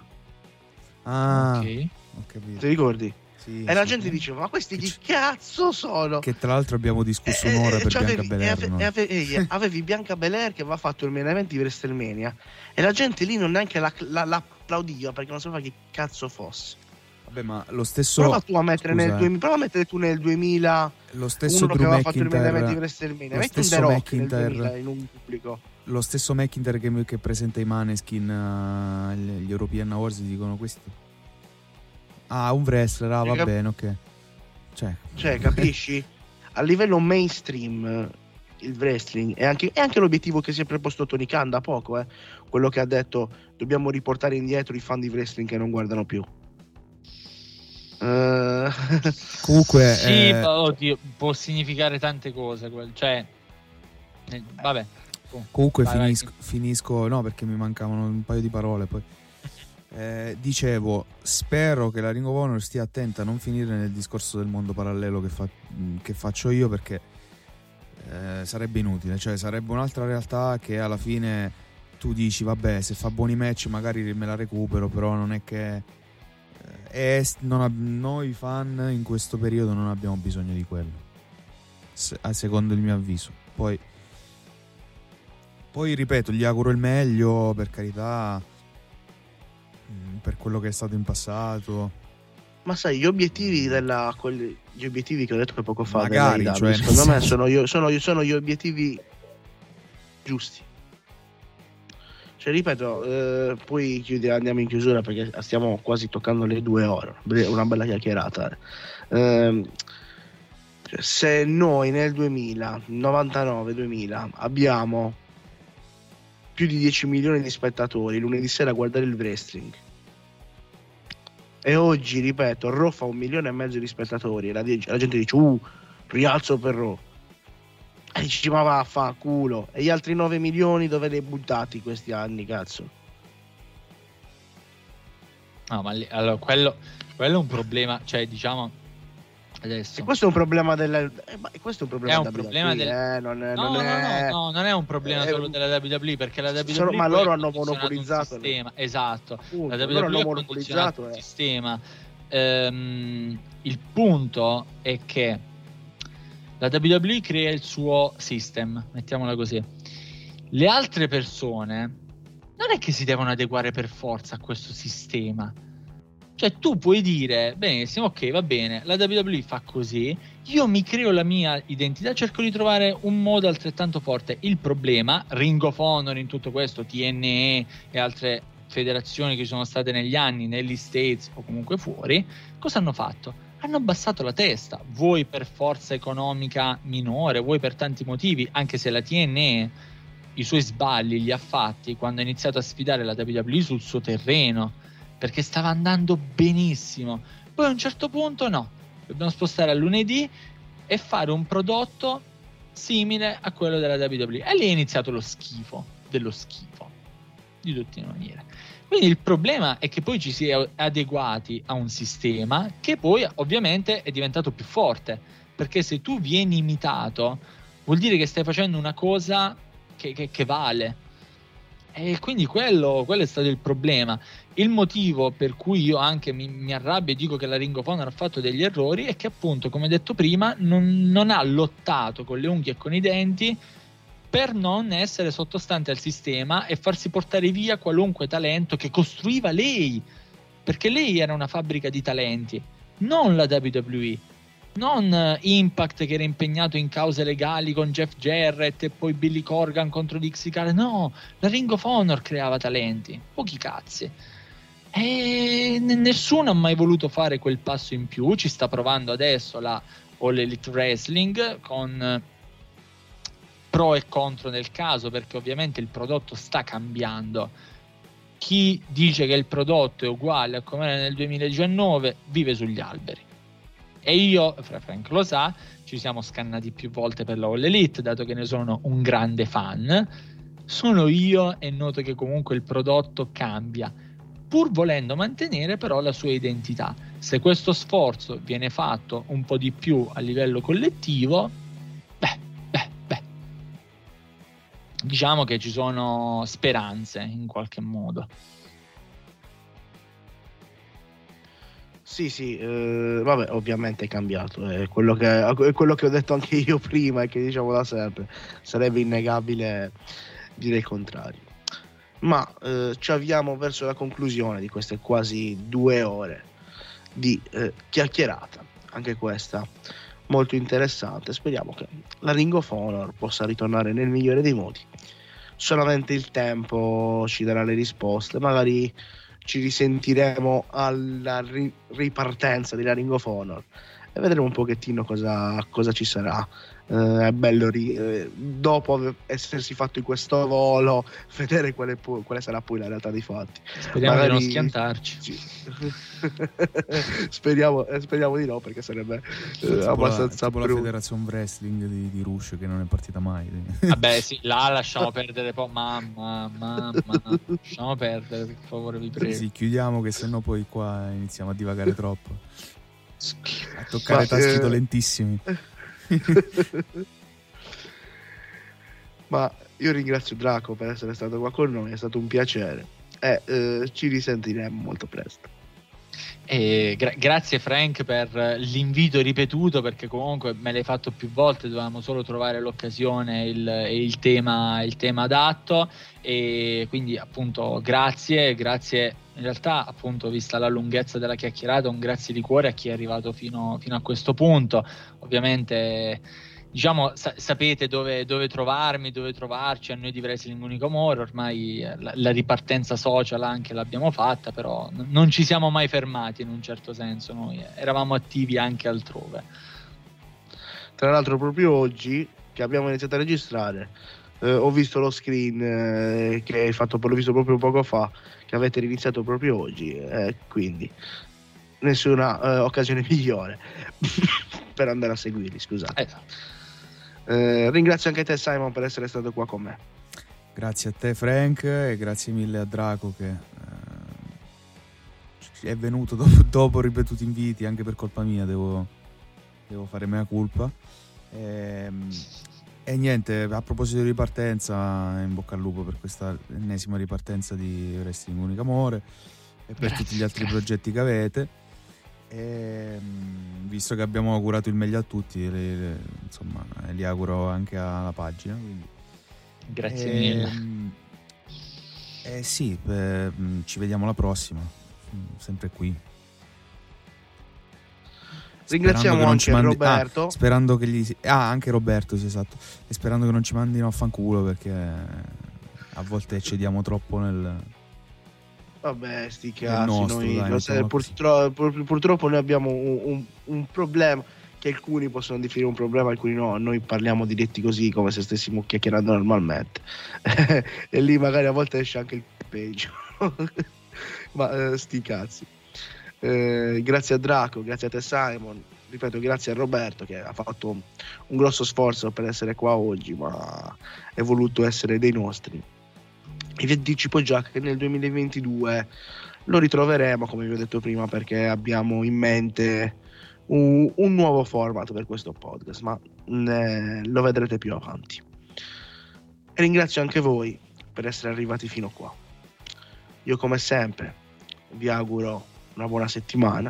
Ok, ho capito. Ti ricordi? Sì, e la gente diceva: ma questi chi cazzo sono? Che tra l'altro abbiamo discusso un'ora per Bianca Belair. Avevi Bianca Belair che aveva fatto il main event di WrestleMania e la gente lì non neanche l'applaudiva perché non sapeva chi cazzo fosse. Vabbè, ma lo stesso. Prova tu a mettere prova a mettere tu nel 2000 lo stesso uno Drew che aveva fatto il main event di WrestleMania. Metti un The Rock nel 2000 in un pubblico. Lo stesso McIntyre che presenta i Maneskin agli European Awards, dicono questo. Un wrestler, va bene, ok. Cioè, capisci? A livello mainstream il wrestling è anche l'obiettivo che si è preposto Tony Khan da poco, quello che ha detto: dobbiamo riportare indietro i fan di wrestling che non guardano più. Comunque sì, oddio, può significare tante cose, cioè vabbè. Comunque finisco, no, perché mi mancavano un paio di parole poi. Dicevo, spero che la Ring of Honor stia attenta a non finire nel discorso del mondo parallelo che faccio io, perché sarebbe inutile, cioè sarebbe un'altra realtà che alla fine tu dici vabbè, se fa buoni match magari me la recupero, però non è che noi fan in questo periodo non abbiamo bisogno di quello, secondo il mio avviso. Poi ripeto, gli auguro il meglio, per carità, per quello che è stato in passato. Ma sai, gli obiettivi che ho detto poco fa, magari, cioè, secondo me sono gli obiettivi giusti. Cioè, ripeto, poi andiamo in chiusura perché stiamo quasi toccando le 2 ore. Una bella chiacchierata. Se noi nel 99-2000 abbiamo più di 10 milioni di spettatori lunedì sera a guardare il wrestling, e oggi, ripeto, Raw fa 1,5 milioni di spettatori e la gente dice rialzo per Raw, e dici ma vaffanculo, e gli altri 9 milioni dove li hai buttati questi anni, cazzo? No, ma allora quello è un problema, cioè diciamo adesso. E questo è un problema questo è un problema non è un problema solo della WWE, perché la WWE ma loro hanno monopolizzato un sistema, esatto. Appunto, la WWE hanno ha monopolizzato un sistema. Il punto è che la WWE crea il suo system, mettiamola così. Le altre persone non è che si devono adeguare per forza a questo sistema. Cioè tu puoi dire benissimo, ok, va bene, la WWE fa così, io mi creo la mia identità, cerco di trovare un modo altrettanto forte. Il problema, Ring of Honor in tutto questo, TNE e altre federazioni che ci sono state negli anni negli States o comunque fuori, cosa hanno fatto? Hanno abbassato la testa, vuoi per forza economica minore, vuoi per tanti motivi, anche se la TNE i suoi sbagli li ha fatti quando ha iniziato a sfidare la WWE sul suo terreno, perché stava andando benissimo. Poi a un certo punto no, dobbiamo spostare a lunedì e fare un prodotto simile a quello della WWE, e lì è iniziato lo schifo dello schifo di tutte le maniere. Quindi il problema è che poi ci si è adeguati a un sistema che poi ovviamente è diventato più forte, perché se tu vieni imitato vuol dire che stai facendo una cosa che vale. E quindi quello è stato il problema. Il motivo per cui io anche mi arrabbio e dico che la Ring of Honor ha fatto degli errori è che, appunto, come detto prima, non ha lottato con le unghie e con i denti per non essere sottostante al sistema e farsi portare via qualunque talento che costruiva lei, perché lei era una fabbrica di talenti, non la WWE. Non Impact, che era impegnato in cause legali con Jeff Jarrett e poi Billy Corgan contro Dixie Carter. No, la Ring of Honor creava talenti, pochi cazzi. E nessuno ha mai voluto fare quel passo in più. Ci sta provando adesso la All Elite Wrestling, con pro e contro nel caso, perché ovviamente il prodotto sta cambiando. Chi dice che il prodotto è uguale a come era nel 2019 vive sugli alberi. E io, Frank lo sa, ci siamo scannati più volte per la All Elite, dato che ne sono un grande fan. Sono io e noto che comunque il prodotto cambia, pur volendo mantenere però la sua identità. Se questo sforzo viene fatto un po' di più a livello collettivo, diciamo che ci sono speranze in qualche modo. Sì, vabbè, ovviamente è cambiato, è quello che ho detto anche io prima e che diciamo da sempre, sarebbe innegabile dire il contrario. Ma ci avviamo verso la conclusione di queste quasi 2 ore di chiacchierata, anche questa molto interessante. Speriamo che la Ring of Honor possa ritornare nel migliore dei modi. Solamente il tempo ci darà le risposte, magari ci risentiremo alla ripartenza della Ring of Honor e vedremo un pochettino cosa ci sarà. È bello dopo essersi fatto in questo volo vedere quale sarà poi la realtà dei fatti. Speriamo magari di non schiantarci. Sì. speriamo di no, perché sarebbe abbastanza tipo la Federation Wrestling di Rush, che non è partita mai. Vabbè, sì, là lasciamo perdere mamma, lasciamo perdere, per favore, vi prego. Sì, chiudiamo, che sennò poi qua iniziamo a divagare troppo, a toccare tasti dolentissimi. Ma io ringrazio Draco per essere stato qua con noi, è stato un piacere e ci risentiremo molto presto. Grazie Frank per l'invito ripetuto, perché comunque me l'hai fatto più volte, dovevamo solo trovare l'occasione e il tema adatto, e quindi appunto grazie. In realtà, appunto, vista la lunghezza della chiacchierata, un grazie di cuore a chi è arrivato fino a questo punto. Ovviamente, diciamo, sapete dove trovarmi, dove trovarci. A noi di Wrestling Unico Amore ormai la ripartenza social anche l'abbiamo fatta, però non ci siamo mai fermati, in un certo senso. Noi eravamo attivi anche altrove. Tra l'altro, proprio oggi che abbiamo iniziato a registrare, ho visto lo screen che hai fatto, l'ho visto proprio poco fa, che avete iniziato proprio oggi, quindi nessuna occasione migliore per andare a seguirli, scusate. Esatto. Ringrazio anche te, Simon, per essere stato qua con me. Grazie a te, Frank, e grazie mille a Draco, che è venuto dopo ripetuti inviti, anche per colpa mia, devo fare mea culpa. E niente, a proposito di ripartenza, in bocca al lupo per questa ennesima ripartenza di Wrestling Unico Amore e per tutti gli altri progetti che avete. E, visto che abbiamo augurato il meglio a tutti, insomma, li auguro anche alla pagina. Quindi. Grazie mille. Sì, ci vediamo alla prossima, sempre qui. Ringraziamo anche Roberto. Sperando che gli... anche Roberto, sì, esatto. E sperando che non ci mandino a fanculo, perché a volte cediamo troppo nel... Vabbè, sti cazzi, nostro, dai, purtroppo noi abbiamo un problema che alcuni possono definire un problema, alcuni no. Noi parliamo diretti così, come se stessimo chiacchierando normalmente. E lì magari a volte esce anche il peggio. Ma sti cazzi. Grazie a Draco, grazie a te Simon, ripeto, grazie a Roberto che ha fatto un grosso sforzo per essere qua oggi, ma è voluto essere dei nostri. E vi anticipo già che nel 2022 lo ritroveremo, come vi ho detto prima, perché abbiamo in mente un nuovo format per questo podcast, ma lo vedrete più avanti. E ringrazio anche voi per essere arrivati fino qua. Io come sempre vi auguro una buona settimana.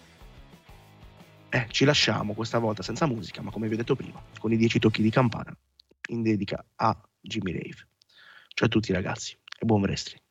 Ci lasciamo questa volta senza musica, ma come vi ho detto prima, con i 10 tocchi di campana in dedica a Jimmy Rave. Ciao a tutti ragazzi e buon wrestling.